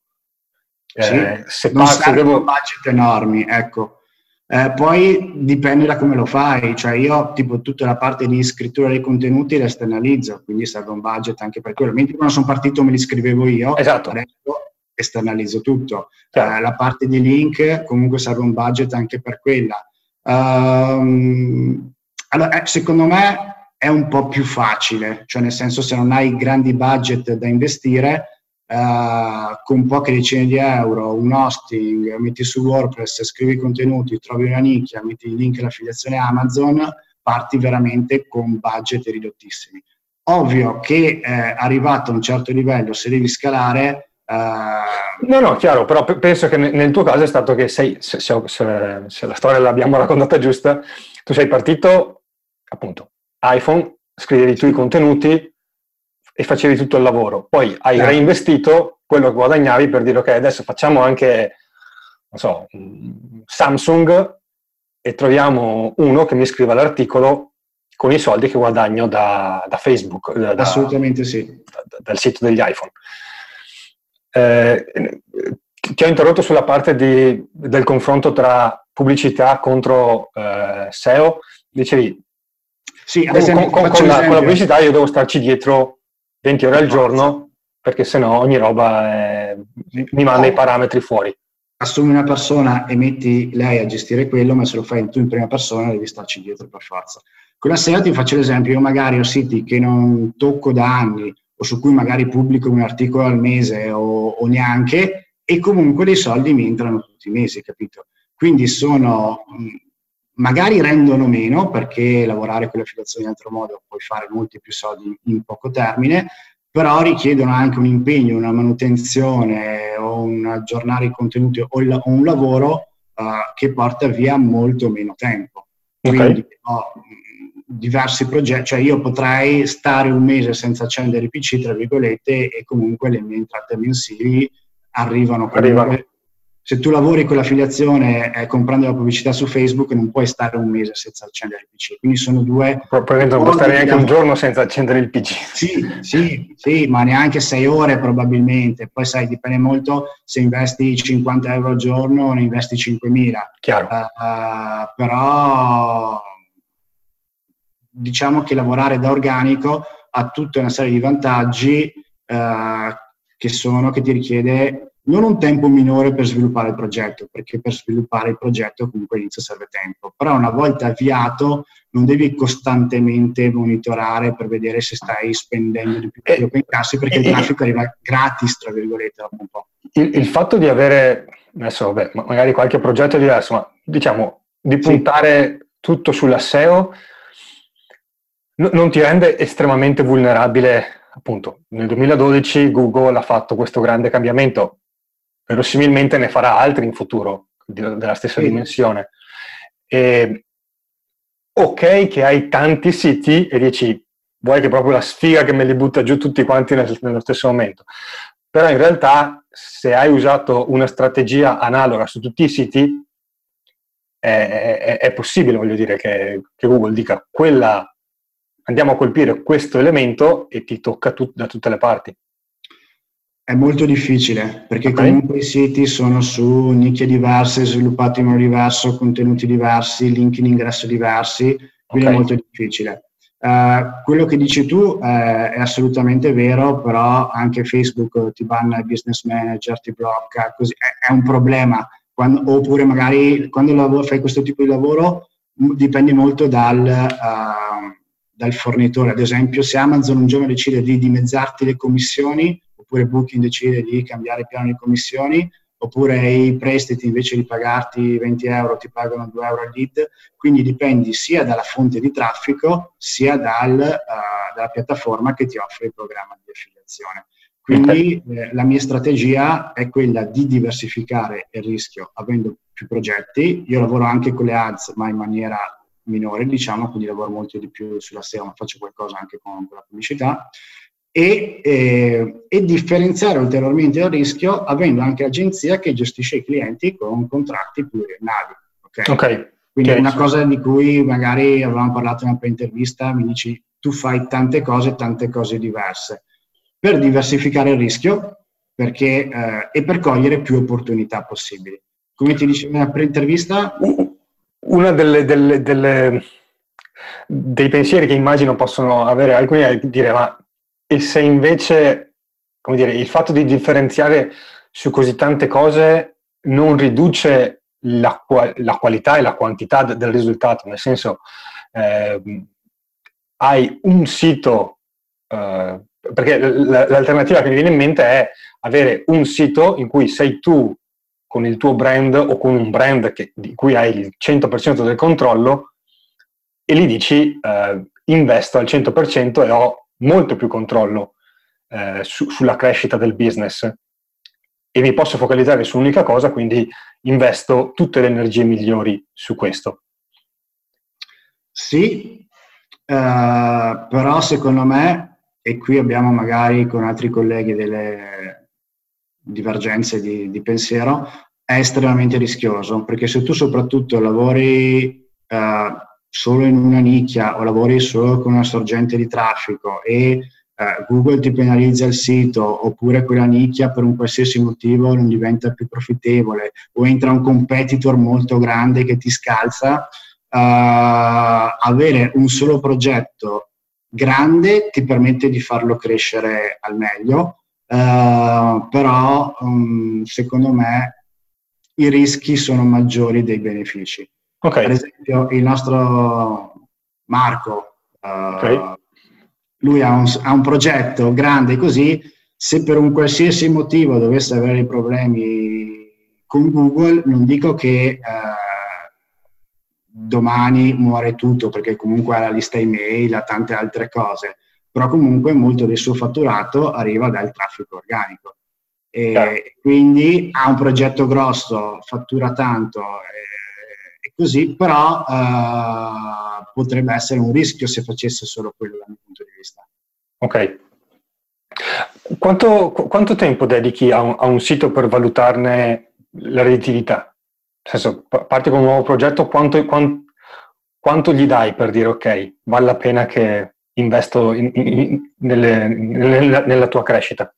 Se non servono budget enormi, ecco. Poi dipende da come lo fai, cioè io tipo tutta la parte di scrittura dei contenuti la esternalizzo, quindi serve un budget anche per quello, mentre quando sono partito me li scrivevo io, esatto. Adesso esternalizzo tutto. La parte di link comunque serve un budget anche per quella. Allora, secondo me è un po' più facile, cioè nel senso, se non hai grandi budget da investire, con poche decine di euro, un hosting, metti su WordPress, scrivi contenuti, trovi una nicchia, metti il link all'affiliazione Amazon, parti veramente con budget ridottissimi. Ovvio che arrivato a un certo livello, se devi scalare... No, chiaro, però penso che nel tuo caso è stato che se la storia l'abbiamo raccontata giusta, tu sei partito, appunto, iPhone, scrivevi tu i contenuti e facevi tutto il lavoro, poi hai reinvestito quello che guadagnavi per dire ok, adesso facciamo anche, non so, Samsung e troviamo uno che mi scriva l'articolo con i soldi che guadagno da Facebook. Assolutamente sì. Dal sito degli iPhone. Ti ho interrotto sulla parte del confronto tra pubblicità contro SEO, dicevi sì, con la pubblicità io devo starci dietro 20 ore al giorno perché sennò ogni roba mi manda i parametri fuori. Assumi una persona e metti lei a gestire quello, ma se lo fai tu in prima persona devi starci dietro per forza. Con la SEO ti faccio l'esempio, io magari ho siti che non tocco da anni o su cui magari pubblico un articolo al mese o neanche, e comunque dei soldi mi entrano tutti i mesi, capito? Quindi magari rendono meno, perché lavorare con le affiliazioni in altro modo puoi fare molti più soldi in poco termine, però richiedono anche un impegno, una manutenzione o un aggiornare i contenuti o un lavoro che porta via molto meno tempo. Quindi ho diversi progetti, cioè io potrei stare un mese senza accendere i PC, tra virgolette, e comunque le mie entrate mensili arrivano. Se tu lavori con l'affiliazione comprando la pubblicità su Facebook, non puoi stare un mese senza accendere il PC. Quindi sono due... Probabilmente non puoi stare neanche un giorno senza accendere il PC. Sì, ma neanche 6 ore probabilmente. Poi sai, dipende molto se investi 50 euro al giorno o ne investi 5.000. Chiaro. Però diciamo che lavorare da organico ha tutta una serie di vantaggi che ti richiede non un tempo minore per sviluppare il progetto, perché per sviluppare il progetto comunque all'inizio serve tempo, però una volta avviato non devi costantemente monitorare per vedere se stai spendendo di più di quello che incassi, perché il traffico arriva gratis, tra virgolette, dopo un po'. Il fatto di avere, adesso vabbè, magari qualche progetto diverso, ma diciamo di puntare tutto sulla SEO non ti rende estremamente vulnerabile. Appunto, nel 2012 Google ha fatto questo grande cambiamento, verosimilmente ne farà altri in futuro della stessa dimensione. Ok che hai tanti siti e dici vuoi che proprio la sfiga che me li butta giù tutti quanti nello stesso momento, però in realtà se hai usato una strategia analoga su tutti i siti è possibile, voglio dire, che Google dica andiamo a colpire questo elemento e ti tocca da tutte le parti. È molto difficile, perché comunque i siti sono su nicchie diverse, sviluppati in modo diverso, contenuti diversi, link in ingresso diversi, quindi è molto difficile. Quello che dici tu è assolutamente vero, però anche Facebook ti banna il business manager, ti blocca, così è un problema. Oppure magari quando fai questo tipo di lavoro dipende molto dal fornitore. Ad esempio, se Amazon un giorno decide di dimezzarti le commissioni, oppure Booking decide di cambiare il piano di commissioni, oppure i prestiti invece di pagarti 20 euro ti pagano 2 euro al lead, quindi dipendi sia dalla fonte di traffico sia dalla piattaforma che ti offre il programma di affiliazione. Quindi la mia strategia è quella di diversificare il rischio avendo più progetti. Io lavoro anche con le ads, ma in maniera minore, diciamo, quindi lavoro molto di più sulla SEO, ma faccio qualcosa anche con la pubblicità. E differenziare ulteriormente il rischio avendo anche l'agenzia che gestisce i clienti con contratti pluriennali. Quindi una cosa di cui magari avevamo parlato in una pre-intervista, mi dici tu fai tante cose diverse per diversificare il rischio e per cogliere più opportunità possibili. Come ti dicevo nella pre-intervista, una dei pensieri che immagino possono avere alcuni è dire ma e se invece, come dire, il fatto di differenziare su così tante cose non riduce la qualità e la quantità del risultato, nel senso hai un sito, perché l'alternativa che mi viene in mente è avere un sito in cui sei tu con il tuo brand o con un brand di cui hai il 100% del controllo e gli dici investo al 100% e ho molto più controllo sulla crescita del business e mi posso focalizzare su un'unica cosa, quindi investo tutte le energie migliori su questo. Sì, però secondo me, e qui abbiamo magari con altri colleghi delle divergenze di pensiero, è estremamente rischioso, perché se tu soprattutto lavori solo in una nicchia o lavori solo con una sorgente di traffico e Google ti penalizza il sito, oppure quella nicchia per un qualsiasi motivo non diventa più profittevole o entra un competitor molto grande che ti scalza, avere un solo progetto grande ti permette di farlo crescere al meglio, però secondo me i rischi sono maggiori dei benefici. Per esempio il nostro Marco, lui ha un progetto grande così, se per un qualsiasi motivo dovesse avere dei problemi con Google, non dico che domani muore tutto, perché comunque ha la lista email, ha tante altre cose, però comunque molto del suo fatturato arriva dal traffico organico. E quindi ha un progetto grosso, fattura tanto e così, però potrebbe essere un rischio se facesse solo quello dal mio punto di vista. Ok. Quanto tempo dedichi a un sito per valutarne la redditività? Nel senso, parti con un nuovo progetto, quanto gli dai per dire ok, vale la pena che investo nella tua crescita?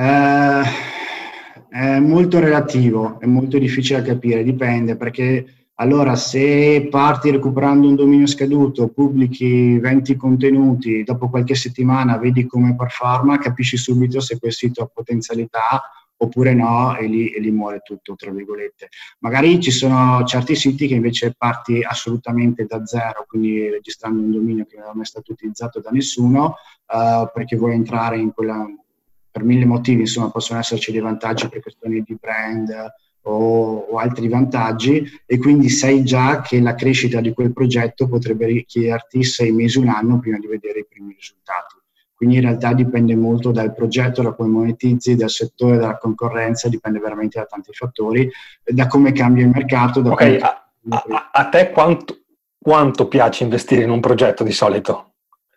È molto relativo, è molto difficile da capire, dipende, perché Allora, se parti recuperando un dominio scaduto, pubblichi 20 contenuti, dopo qualche settimana vedi come performa, capisci subito se quel sito ha potenzialità oppure no, e lì muore tutto, tra virgolette. Magari ci sono certi siti che invece parti assolutamente da zero, quindi registrando un dominio che non è mai stato utilizzato da nessuno, perché vuoi entrare in quella, per mille motivi, insomma, possono esserci dei vantaggi per questioni di brand o altri vantaggi, e quindi sai già che la crescita di quel progetto potrebbe richiederti 6 mesi, un anno prima di vedere i primi risultati. Quindi in realtà dipende molto dal progetto, da come monetizzi, dal settore, dalla concorrenza, dipende veramente da tanti fattori, da come cambia il mercato. Ok, a te quanto piace investire in un progetto di solito?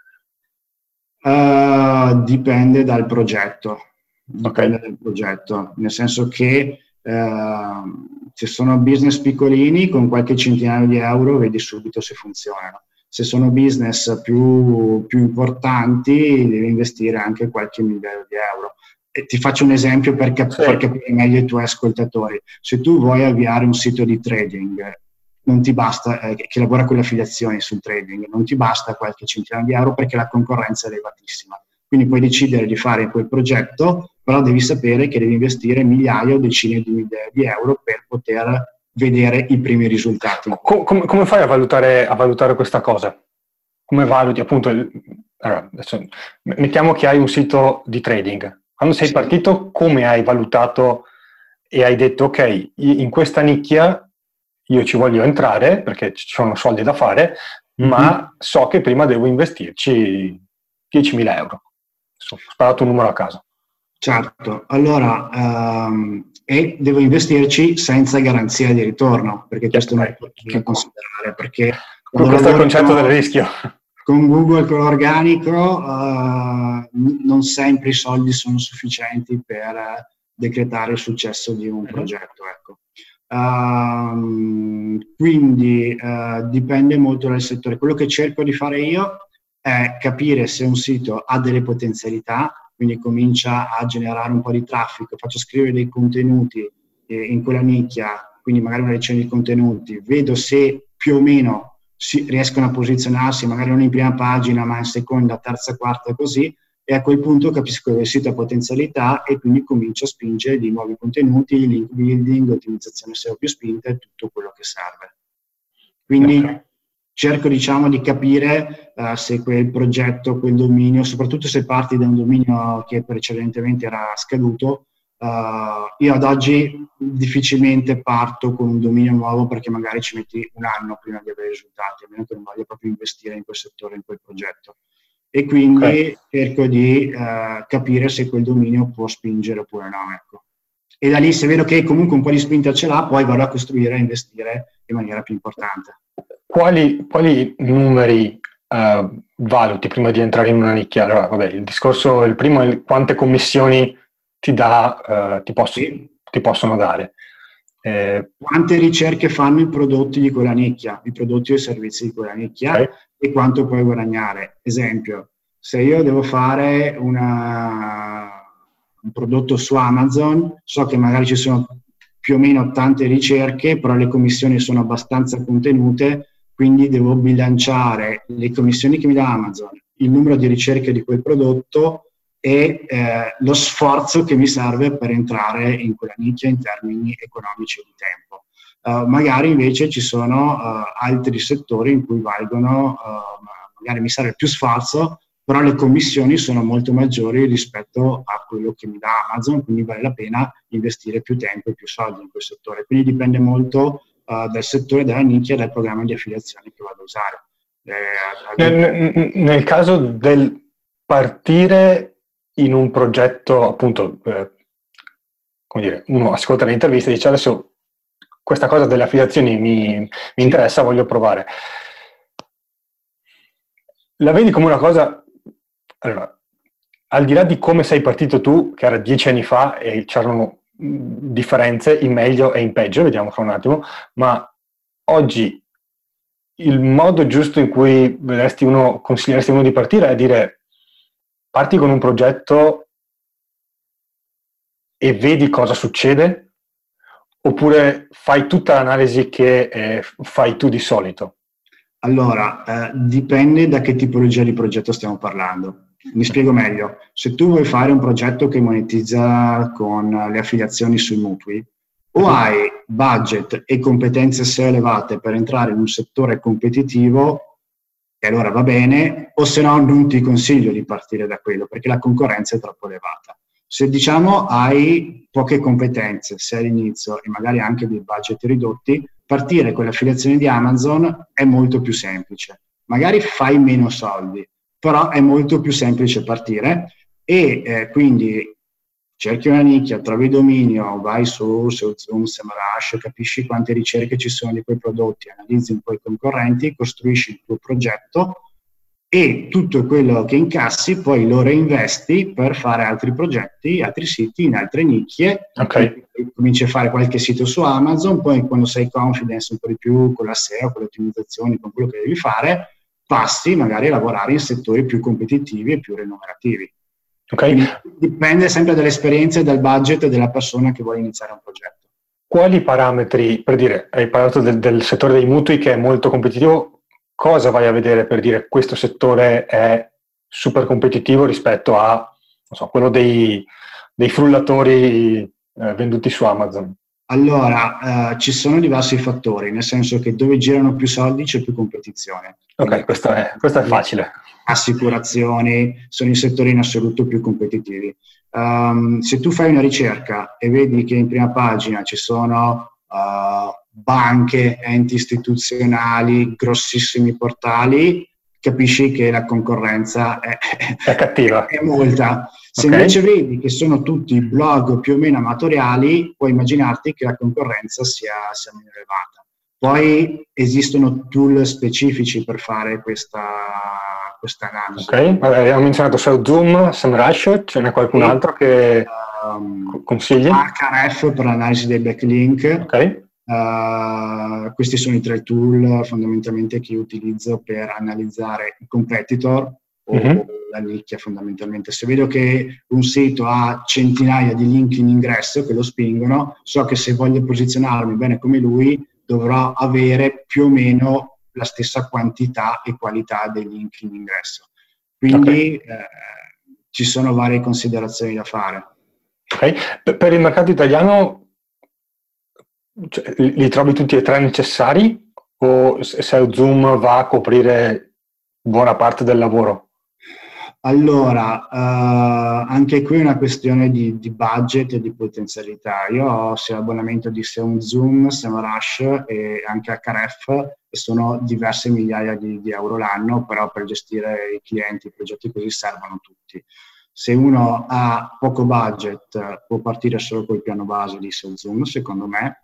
Dipende dal progetto. Dipende dal progetto, nel senso che se sono business piccolini con qualche centinaio di euro vedi subito se funzionano. Se sono business più importanti devi investire anche qualche migliaio di euro. E ti faccio un esempio per capire meglio i tuoi ascoltatori. Se tu vuoi avviare un sito di trading, non ti basta, che lavora con le affiliazioni sul trading, non ti basta qualche centinaio di euro perché la concorrenza è elevatissima. Quindi puoi decidere di fare quel progetto, però devi sapere che devi investire migliaia o decine di migliaia di euro per poter vedere i primi risultati. Come fai a valutare questa cosa? Come valuti appunto allora, mettiamo che hai un sito di trading. Quando sei partito, come hai valutato e hai detto ok, in questa nicchia io ci voglio entrare perché ci sono soldi da fare, ma so che prima devo investirci 10.000 euro. Ho sparato un numero a caso. Certo, allora e devo investirci senza garanzia di ritorno, perché questo non è da considerare, perché questo è il concetto del rischio. Con Google, con l'organico, non sempre i soldi sono sufficienti per decretare il successo di un progetto, ecco. Quindi dipende molto dal settore. Quello che cerco di fare io è capire se un sito ha delle potenzialità, quindi comincia a generare un po' di traffico, faccio scrivere dei contenuti in quella nicchia, quindi magari una decina di contenuti, vedo se più o meno riescono a posizionarsi, magari non in prima pagina, ma in seconda, terza, quarta e così, e a quel punto capisco che il sito ha potenzialità e quindi comincio a spingere di nuovi contenuti, link building, ottimizzazione SEO più spinta e tutto quello che serve. Quindi cerco, diciamo, di capire se quel progetto, quel dominio, soprattutto se parti da un dominio che precedentemente era scaduto, io ad oggi difficilmente parto con un dominio nuovo perché magari ci metti un anno prima di avere risultati, a meno che non voglia proprio investire in quel settore, in quel progetto. E quindi cerco di capire se quel dominio può spingere oppure no, ecco. E da lì, se vedo che comunque un po' di spinta ce l'ha, poi vado a costruire e investire in maniera più importante. Quali numeri valuti prima di entrare in una nicchia? Allora, vabbè, il primo è quante commissioni ti possono dare. Quante ricerche fanno i prodotti di quella nicchia, i prodotti o i servizi di quella nicchia, e quanto puoi guadagnare. Esempio, se io devo fare un prodotto su Amazon, so che magari ci sono più o meno tante ricerche, però le commissioni sono abbastanza contenute, quindi devo bilanciare le commissioni che mi dà Amazon, il numero di ricerche di quel prodotto e lo sforzo che mi serve per entrare in quella nicchia in termini economici e di tempo. Magari invece ci sono altri settori in cui valgono, magari mi serve più sforzo, però le commissioni sono molto maggiori rispetto a quello che mi dà Amazon, quindi vale la pena investire più tempo e più soldi in quel settore. Quindi dipende molto dal settore, dalla nicchia e dal programma di affiliazione che vado a usare. Nel caso del partire in un progetto, appunto, come dire, uno ascolta le interviste e dice adesso questa cosa delle affiliazioni mi interessa, voglio provare. La vedi come una cosa, allora, al di là di come sei partito tu, che era 10 anni fa e c'erano differenze in meglio e in peggio, vediamo fra un attimo, ma oggi il modo giusto in cui consiglieresti uno di partire è dire parti con un progetto e vedi cosa succede, oppure fai tutta l'analisi che fai tu di solito? Allora, dipende da che tipologia di progetto stiamo parlando. Mi spiego meglio. Se tu vuoi fare un progetto che monetizza con le affiliazioni sui mutui, o hai budget e competenze SEO elevate per entrare in un settore competitivo, e allora va bene, o se no non ti consiglio di partire da quello, perché la concorrenza è troppo elevata. Se diciamo hai poche competenze, sei all'inizio e magari anche dei budget ridotti, partire con le affiliazioni di Amazon è molto più semplice. Magari fai meno soldi, però è molto più semplice partire e quindi cerchi una nicchia, trovi dominio, vai su Zoom, SEMrush, capisci quante ricerche ci sono di quei prodotti, analizzi un po' i concorrenti, costruisci il tuo progetto e tutto quello che incassi poi lo reinvesti per fare altri progetti, altri siti, in altre nicchie. Okay. Cominci a fare qualche sito su Amazon, poi quando sei confidence un po' di più con la SEO, con le ottimizzazioni, con quello che devi fare, passi magari a lavorare in settori più competitivi e più remunerativi. Okay. Dipende sempre dall'esperienza e dal budget della persona che vuole iniziare un progetto. Quali parametri, per dire, hai parlato del settore dei mutui che è molto competitivo, cosa vai a vedere per dire questo settore è super competitivo rispetto a, non so, quello dei frullatori venduti su Amazon? Allora, ci sono diversi fattori, nel senso che dove girano più soldi c'è più competizione. Ok, questo è facile. Assicurazioni sono i settori in assoluto più competitivi. Se tu fai una ricerca e vedi che in prima pagina ci sono banche, enti istituzionali, grossissimi portali, capisci che la concorrenza è cattiva. È molta. Se invece vedi che sono tutti blog più o meno amatoriali, puoi immaginarti che la concorrenza sia meno elevata. Poi esistono tool specifici per fare questa analisi. Ok, abbiamo menzionato Zoom, SEMrush, ce n'è qualcun altro che consigli? Ahrefs per l'analisi dei backlink. Ok. Questi sono i 3 tool fondamentalmente che io utilizzo per analizzare i competitor o la nicchia fondamentalmente. Se vedo che un sito ha centinaia di link in ingresso che lo spingono, so che se voglio posizionarmi bene come lui dovrò avere più o meno la stessa quantità e qualità dei link in ingresso. Quindi ci sono varie considerazioni da fare. Ok, per il mercato italiano cioè, li trovi tutti e 3 necessari o se Zoom va a coprire buona parte del lavoro? Allora, anche qui è una questione di budget e di potenzialità. Io ho sia abbonamento di Zoom, SEMrush e anche Ahrefs, e sono diverse migliaia di euro l'anno, però per gestire i clienti, i progetti così servono tutti. Se uno ha poco budget può partire solo col piano base di Zoom, secondo me,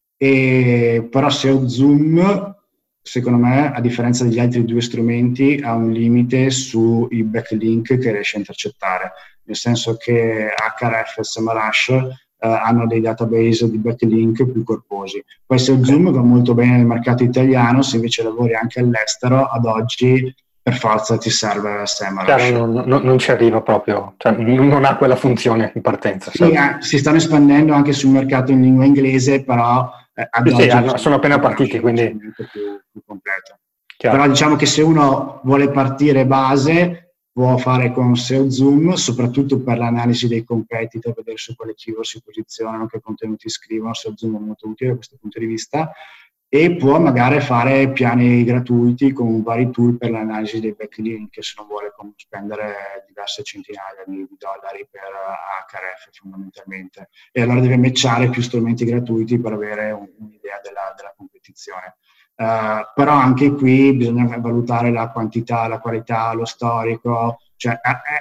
però Zoom, secondo me, a differenza degli altri 2 strumenti, ha un limite sui backlink che riesce a intercettare, nel senso che Ahrefs e SEMrush hanno dei database di backlink più corposi. Poi Zoom va molto bene nel mercato italiano, se invece lavori anche all'estero, ad oggi per forza ti serve SEMrush. Chiaro, non ci arriva proprio, cioè non ha quella funzione in partenza. Sì, si stanno espandendo anche sul mercato in lingua inglese, però ad oggi sono appena partiti, quindi più completo. Chiaro. Però diciamo che se uno vuole partire base può fare con SEO Zoom, soprattutto per l'analisi dei competitor, vedere su quale keyword si posizionano, che contenuti scrivono. SEO Zoom è molto utile da questo punto di vista, e può magari fare piani gratuiti con vari tool per l'analisi dei backlink, se non vuole spendere diverse centinaia di dollari per Ahrefs fondamentalmente, e allora deve matchare più strumenti gratuiti per avere un'idea della competizione. Però anche qui bisogna valutare la quantità, la qualità, lo storico, cioè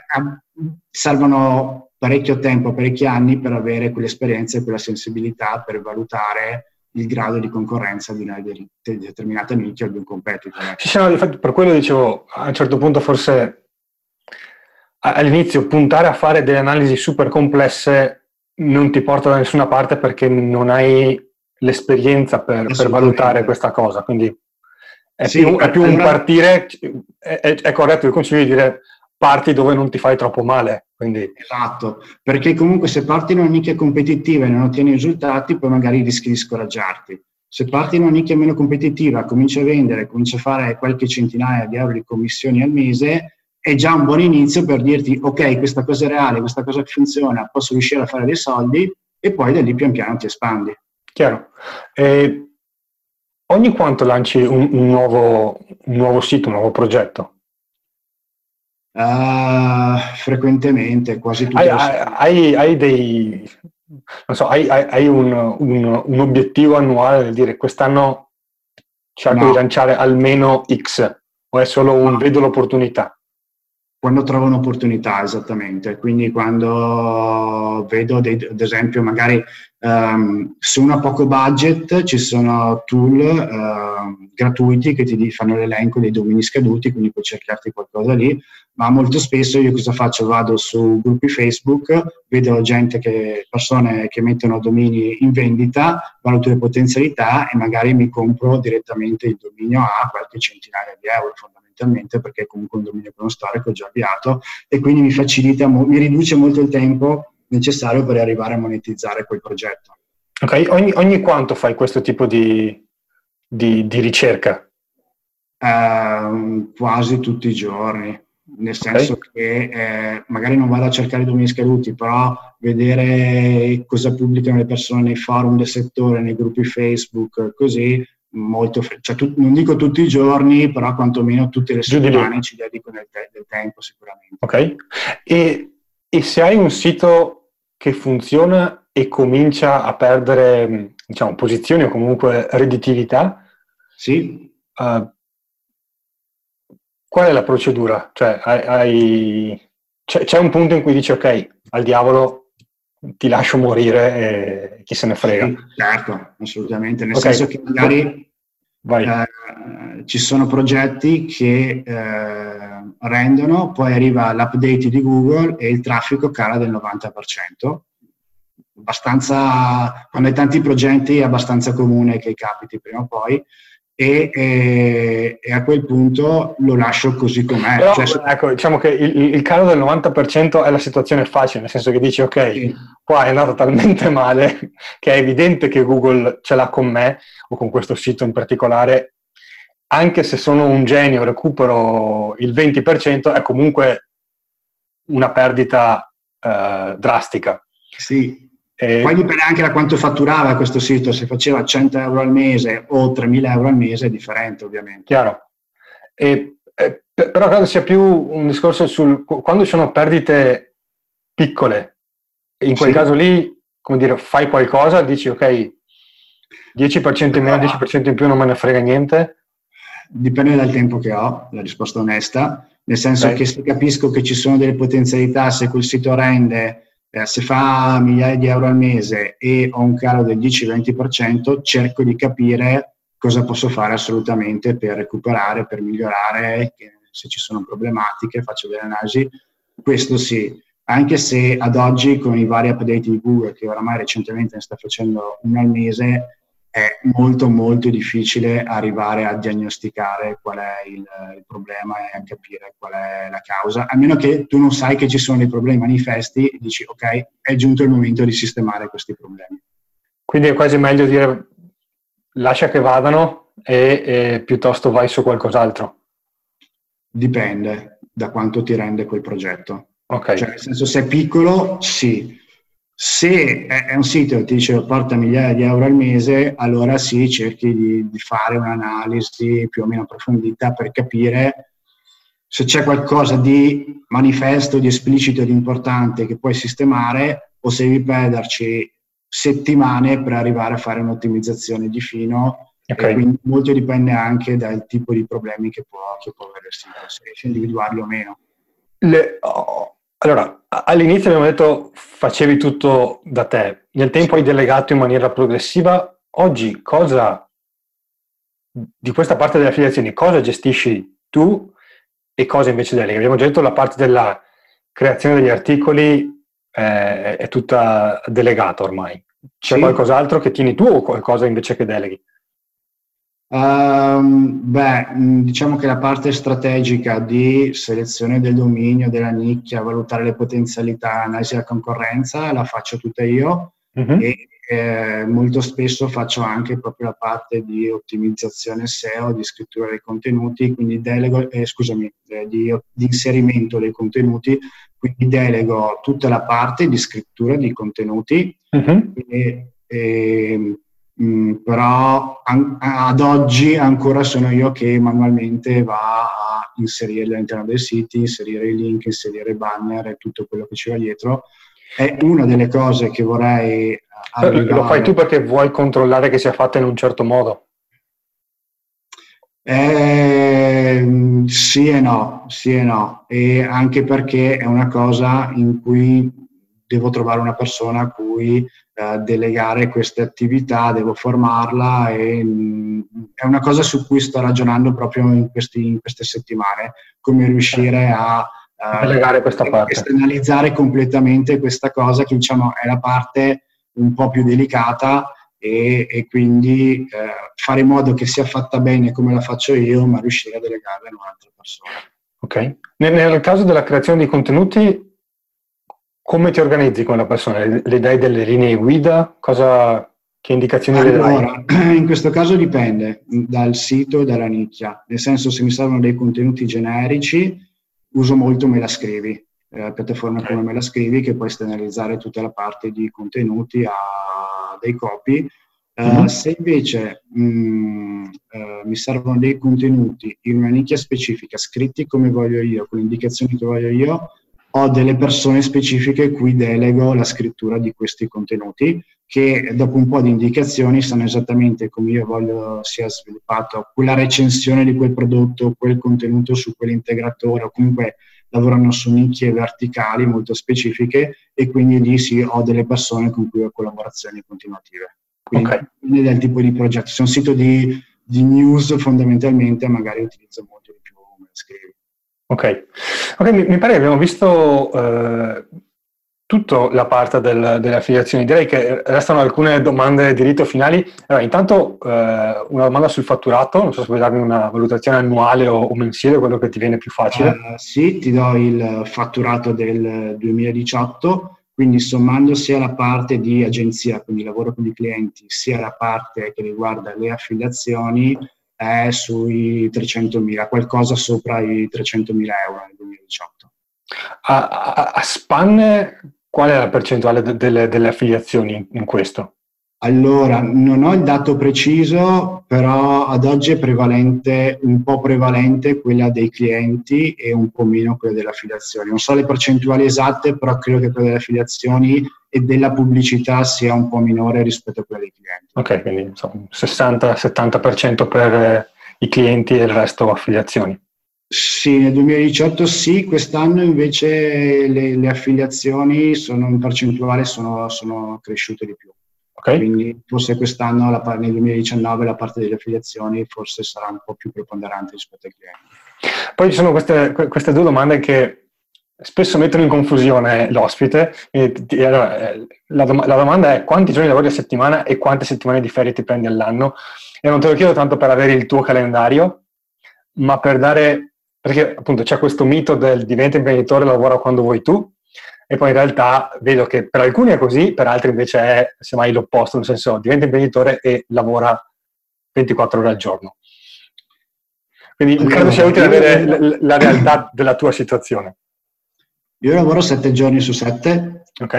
servono parecchio tempo, parecchi anni per avere quell'esperienza e quella sensibilità per valutare il grado di concorrenza di una determinata nicchia o di un competitor. Sì, no, infatti per quello dicevo, a un certo punto forse all'inizio puntare a fare delle analisi super complesse non ti porta da nessuna parte, perché non hai l'esperienza per valutare questa cosa, quindi è più un partire, è corretto il consiglio di dire parti dove non ti fai troppo male. Quindi... Esatto, perché comunque se parti in una nicchia competitiva e non ottieni risultati, poi magari rischi di scoraggiarti. Se parti in una nicchia meno competitiva, cominci a vendere, cominci a fare qualche centinaia di euro di commissioni al mese, è già un buon inizio per dirti ok, questa cosa è reale, questa cosa funziona, posso riuscire a fare dei soldi, e poi da lì pian piano ti espandi. Chiaro. Ogni quanto lanci un nuovo sito, un nuovo progetto? Frequentemente, quasi tutte le settimane. Hai dei, non so, hai un obiettivo annuale nel dire quest'anno cerco di lanciare almeno X, o è solo un vedo l'opportunità? Quando trovo un'opportunità, esattamente. Quindi quando vedo, ad esempio, magari su una poco budget ci sono tool gratuiti che ti fanno l'elenco dei domini scaduti, quindi puoi cercarti qualcosa lì, ma molto spesso io cosa faccio? Vado su gruppi Facebook, vedo persone che mettono domini in vendita, valuto le potenzialità e magari mi compro direttamente il dominio a qualche centinaia di euro, fondamentalmente, perché è comunque un dominio con uno storico già avviato, e quindi mi riduce molto il tempo necessario per arrivare a monetizzare quel progetto. Ok, ogni quanto fai questo tipo di ricerca? Quasi tutti i giorni, nel senso che magari non vado a cercare i domini scaduti, però vedere cosa pubblicano le persone nei forum del settore, nei gruppi Facebook, così, non dico tutti i giorni, però quantomeno tutte le settimane ci dedico del tempo sicuramente. Ok, e se hai un sito che funziona e comincia a perdere, diciamo, posizioni o comunque redditività, sì. Qual è la procedura? Cioè, c'è un punto in cui dici ok, al diavolo ti lascio morire e chi se ne frega. Sì, certo, assolutamente, nel senso che magari ci sono progetti che rendono, poi arriva l'update di Google e il traffico cala del 90%. Abbastanza, quando hai tanti progetti è abbastanza comune che capiti prima o poi, e a quel punto lo lascio così com'è. Però, ecco, diciamo che il calo del 90% è la situazione facile, nel senso che dici ok, sì, qua è andato talmente male che è evidente che Google ce l'ha con me o con questo sito in particolare, anche se sono un genio, recupero il 20%, è comunque una perdita drastica. Sì. Poi dipende anche da quanto fatturava questo sito, se faceva 100 euro al mese o 3.000 euro al mese è differente, ovviamente. Chiaro. Però credo sia più un discorso sul quando ci sono perdite piccole, in quel caso lì, come dire, fai qualcosa, dici ok, 10% in meno, 10% in più, non me ne frega niente. Dipende dal tempo che ho, la risposta onesta, nel senso che se capisco che ci sono delle potenzialità, se quel sito rende, se fa migliaia di euro al mese e ho un calo del 10-20%, cerco di capire cosa posso fare assolutamente per recuperare, per migliorare, se ci sono problematiche, faccio delle analisi, questo sì, anche se ad oggi con i vari update di Google, che oramai recentemente ne sta facendo uno al mese, è molto molto difficile arrivare a diagnosticare qual è il problema e a capire qual è la causa, a meno che tu non sai che ci sono dei problemi manifesti e dici ok, è giunto il momento di sistemare questi problemi. Quindi è quasi meglio dire lascia che vadano e piuttosto vai su qualcos'altro. Dipende da quanto ti rende quel progetto. Okay. Cioè, nel senso, se è piccolo, sì. Se è un sito che ti dice porta migliaia di euro al mese, allora sì, cerchi di fare un'analisi più o meno approfondita per capire se c'è qualcosa di manifesto, di esplicito, di importante che puoi sistemare, o se devi perderci settimane per arrivare a fare un'ottimizzazione di fino. E quindi molto dipende anche dal tipo di problemi che può avere il sito, se riesci a individuarli o meno. Allora, all'inizio abbiamo detto facevi tutto da te, nel tempo hai delegato in maniera progressiva. Oggi cosa di questa parte delle affiliazioni, cosa gestisci tu e cosa invece deleghi? Abbiamo già detto la parte della creazione degli articoli è tutta delegata ormai. C'è qualcos'altro che tieni tu o qualcosa invece che deleghi? Diciamo che la parte strategica di selezione del dominio, della nicchia, valutare le potenzialità, analisi della concorrenza, la faccio tutta io Mhm. e molto spesso faccio anche proprio la parte di ottimizzazione SEO, di scrittura dei contenuti, quindi delego, di inserimento dei contenuti, quindi delego tutta la parte di scrittura di contenuti Mhm. però ad oggi ancora sono io che manualmente va a inserire all'interno dei siti, inserire i link, inserire i banner e tutto quello che ci va dietro. È una delle cose che vorrei Lo fai tu arrivare. perché vuoi controllare che sia fatta in un certo modo. Sì e no, sì e no, e anche perché è una cosa in cui devo trovare una persona a cui delegare queste attività, devo formarla e è una cosa su cui sto ragionando proprio in queste settimane, come riuscire a Delegare questa parte. esternalizzare completamente questa cosa che diciamo è la parte un po' più delicata e quindi fare in modo che sia fatta bene come la faccio io, ma riuscire a delegarla a un'altra persona. Ok. Nel caso della creazione di contenuti, come ti organizzi con la persona? Le dai delle linee guida? Che indicazioni le dai? Allora, in questo caso dipende dal sito e dalla nicchia, nel senso se mi servono dei contenuti generici uso molto Me la scrivi, piattaforme come Ok. Me la scrivi che puoi esternalizzare tutta la parte di contenuti a dei copy. Mhm. Se invece mi servono dei contenuti in una nicchia specifica, scritti come voglio io, con le indicazioni che voglio io, ho delle persone specifiche cui delego la scrittura di questi contenuti che dopo un po' di indicazioni sanno esattamente come io voglio sia sviluppato quella recensione di quel prodotto, quel contenuto su quell'integratore o comunque lavorano su nicchie verticali molto specifiche e quindi lì sì ho delle persone con cui ho collaborazioni continuative. Ok. Quindi dipende dal tipo di progetto. Se è un sito di news fondamentalmente magari utilizzo molto di più come scrivi. Ok, ok, mi pare che abbiamo visto tutta la parte delle affiliazioni. Direi che restano alcune domande di rito finali. Allora, intanto una domanda sul fatturato, non so se vuoi darmi una valutazione annuale o mensile, quello che ti viene più facile. Sì, ti do il fatturato del 2018, quindi sommando sia la parte di agenzia, quindi lavoro con i clienti, sia la parte che riguarda le affiliazioni, è sui 300.000, qualcosa sopra i 300.000 euro nel 2018. A spanne, qual è la percentuale delle affiliazioni in questo? Allora, non ho il dato preciso, però ad oggi è prevalente, un po' prevalente quella dei clienti e un po' meno quella delle affiliazioni. Non so le percentuali esatte, però credo che quella delle affiliazioni e della pubblicità sia un po' minore rispetto a quella dei clienti. Ok, quindi insomma, 60-70% per i clienti e il resto affiliazioni. Sì, nel 2018 sì, quest'anno invece le affiliazioni sono in percentuale sono cresciute di più. Ok? Quindi forse quest'anno, nel 2019, la parte delle affiliazioni forse sarà un po' più preponderante rispetto ai clienti. Poi ci sono queste due domande che spesso mettono in confusione l'ospite. Allora, la domanda è: quanti giorni lavori a settimana e quante settimane di ferie ti prendi all'anno? E non te lo chiedo tanto per avere il tuo calendario, ma per dare, perché appunto c'è questo mito del diventa imprenditore, lavora quando vuoi tu, e poi in realtà vedo che per alcuni è così, per altri invece è semmai l'opposto, nel senso diventa imprenditore e lavora 24 ore al giorno. Quindi credo sia Allora, utile avere la realtà della tua situazione. io lavoro 7 giorni su 7 Ok?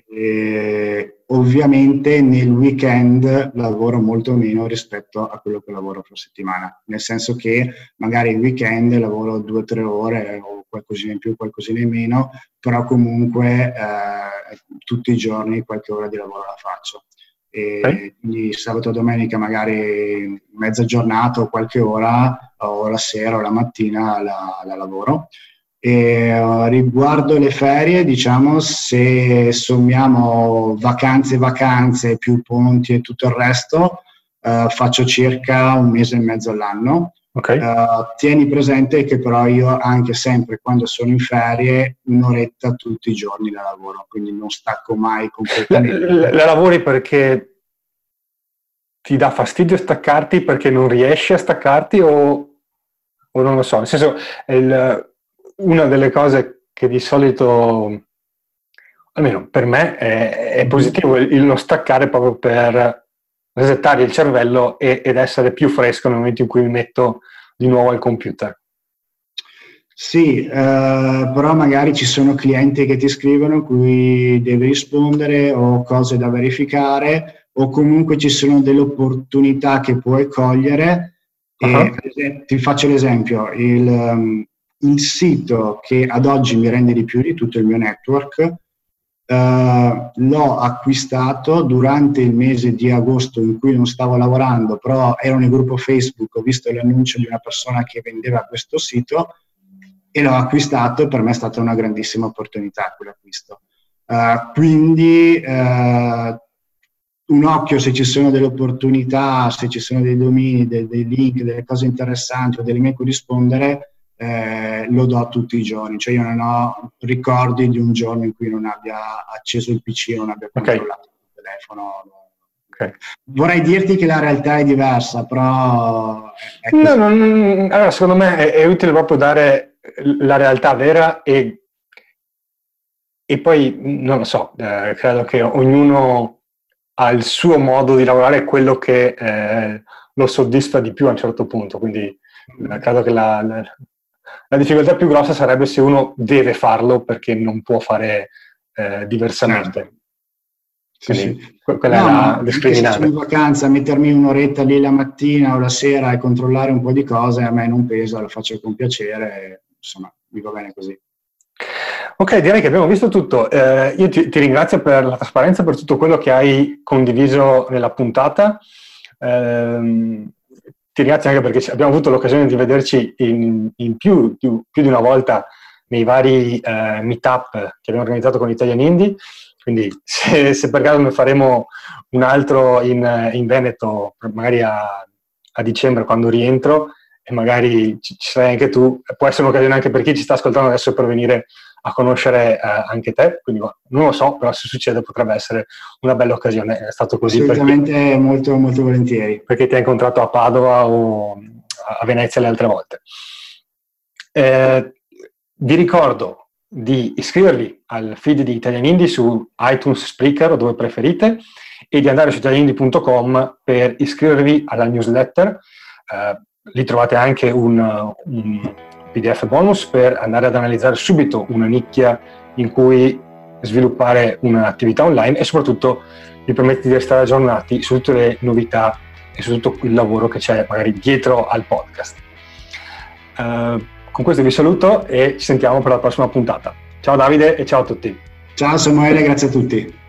e ovviamente nel weekend lavoro molto meno rispetto a quello che lavoro per settimana, nel senso che magari il weekend lavoro 2 o 3 ore o qualcosina in più, qualcosina in meno, però comunque tutti i giorni qualche ora di lavoro la faccio. Ok? E quindi sabato e domenica magari mezza giornata o qualche ora o la sera o la mattina la lavoro. E, riguardo le ferie, diciamo, se sommiamo vacanze più ponti e tutto il resto, faccio circa un mese e mezzo all'anno. Ok? Tieni presente che però io anche sempre quando sono in ferie un'oretta tutti i giorni la lavoro, quindi non stacco mai La, completamente. la lavori perché ti dà fastidio staccarti perché non riesci a staccarti o non lo so, nel senso una delle cose che di solito, almeno per me, è positivo il non staccare proprio per resettare il cervello ed essere più fresco nel momento in cui mi metto di nuovo al computer. Sì, però magari ci sono clienti che ti scrivono cui devi rispondere o cose da verificare o comunque ci sono delle opportunità che puoi cogliere. Uh-huh. Ti faccio l'esempio, il sito che ad oggi mi rende di più di tutto il mio network, l'ho acquistato durante il mese di agosto in cui non stavo lavorando, però ero nel gruppo Facebook, ho visto l'annuncio di una persona che vendeva questo sito e l'ho acquistato e per me è stata una grandissima opportunità quell'acquisto. Quindi un occhio se ci sono delle opportunità, se ci sono dei domini, dei link, delle cose interessanti o delle mail cui rispondere, lo do tutti i giorni. Cioè io non ho ricordi di un giorno in cui non abbia acceso il PC, non abbia controllato il telefono. Okay. Vorrei dirti che la realtà è diversa, però... Allora, secondo me è utile proprio dare la realtà vera e poi, non lo so, credo che ognuno ha il suo modo di lavorare, quello che lo soddisfa di più a un certo punto, quindi credo che la difficoltà più grossa sarebbe se uno deve farlo perché non può fare diversamente. Quindi, quella è la discriminante. Se sono in vacanza, mettermi un'oretta lì la mattina o la sera e controllare un po' di cose, a me non pesa, lo faccio con piacere, insomma, mi va bene così. Ok, direi che abbiamo visto tutto. Io ti ringrazio per la trasparenza, per tutto quello che hai condiviso nella puntata. Ti ringrazio anche perché abbiamo avuto l'occasione di vederci in più di una volta nei vari meetup che abbiamo organizzato con Italian Indie. Quindi se per caso ne faremo un altro in Veneto, magari a dicembre quando rientro, e magari ci sarai anche tu, può essere un'occasione anche per chi ci sta ascoltando adesso per venire a conoscere anche te, quindi non lo so, però se succede potrebbe essere una bella occasione. È stato così assolutamente, molto molto volentieri, perché ti hai incontrato a Padova o a Venezia le altre volte. Vi ricordo di iscrivervi al feed di Italian Indie su iTunes, Spreaker o dove preferite, e di andare su italianindie.com per iscrivervi alla newsletter. Lì trovate anche un PDF bonus per andare ad analizzare subito una nicchia in cui sviluppare un'attività online e soprattutto vi permette di restare aggiornati su tutte le novità e su tutto il lavoro che c'è magari dietro al podcast. Con questo vi saluto e ci sentiamo per la prossima puntata. Ciao Davide e ciao a tutti. Ciao Samuele, grazie a tutti.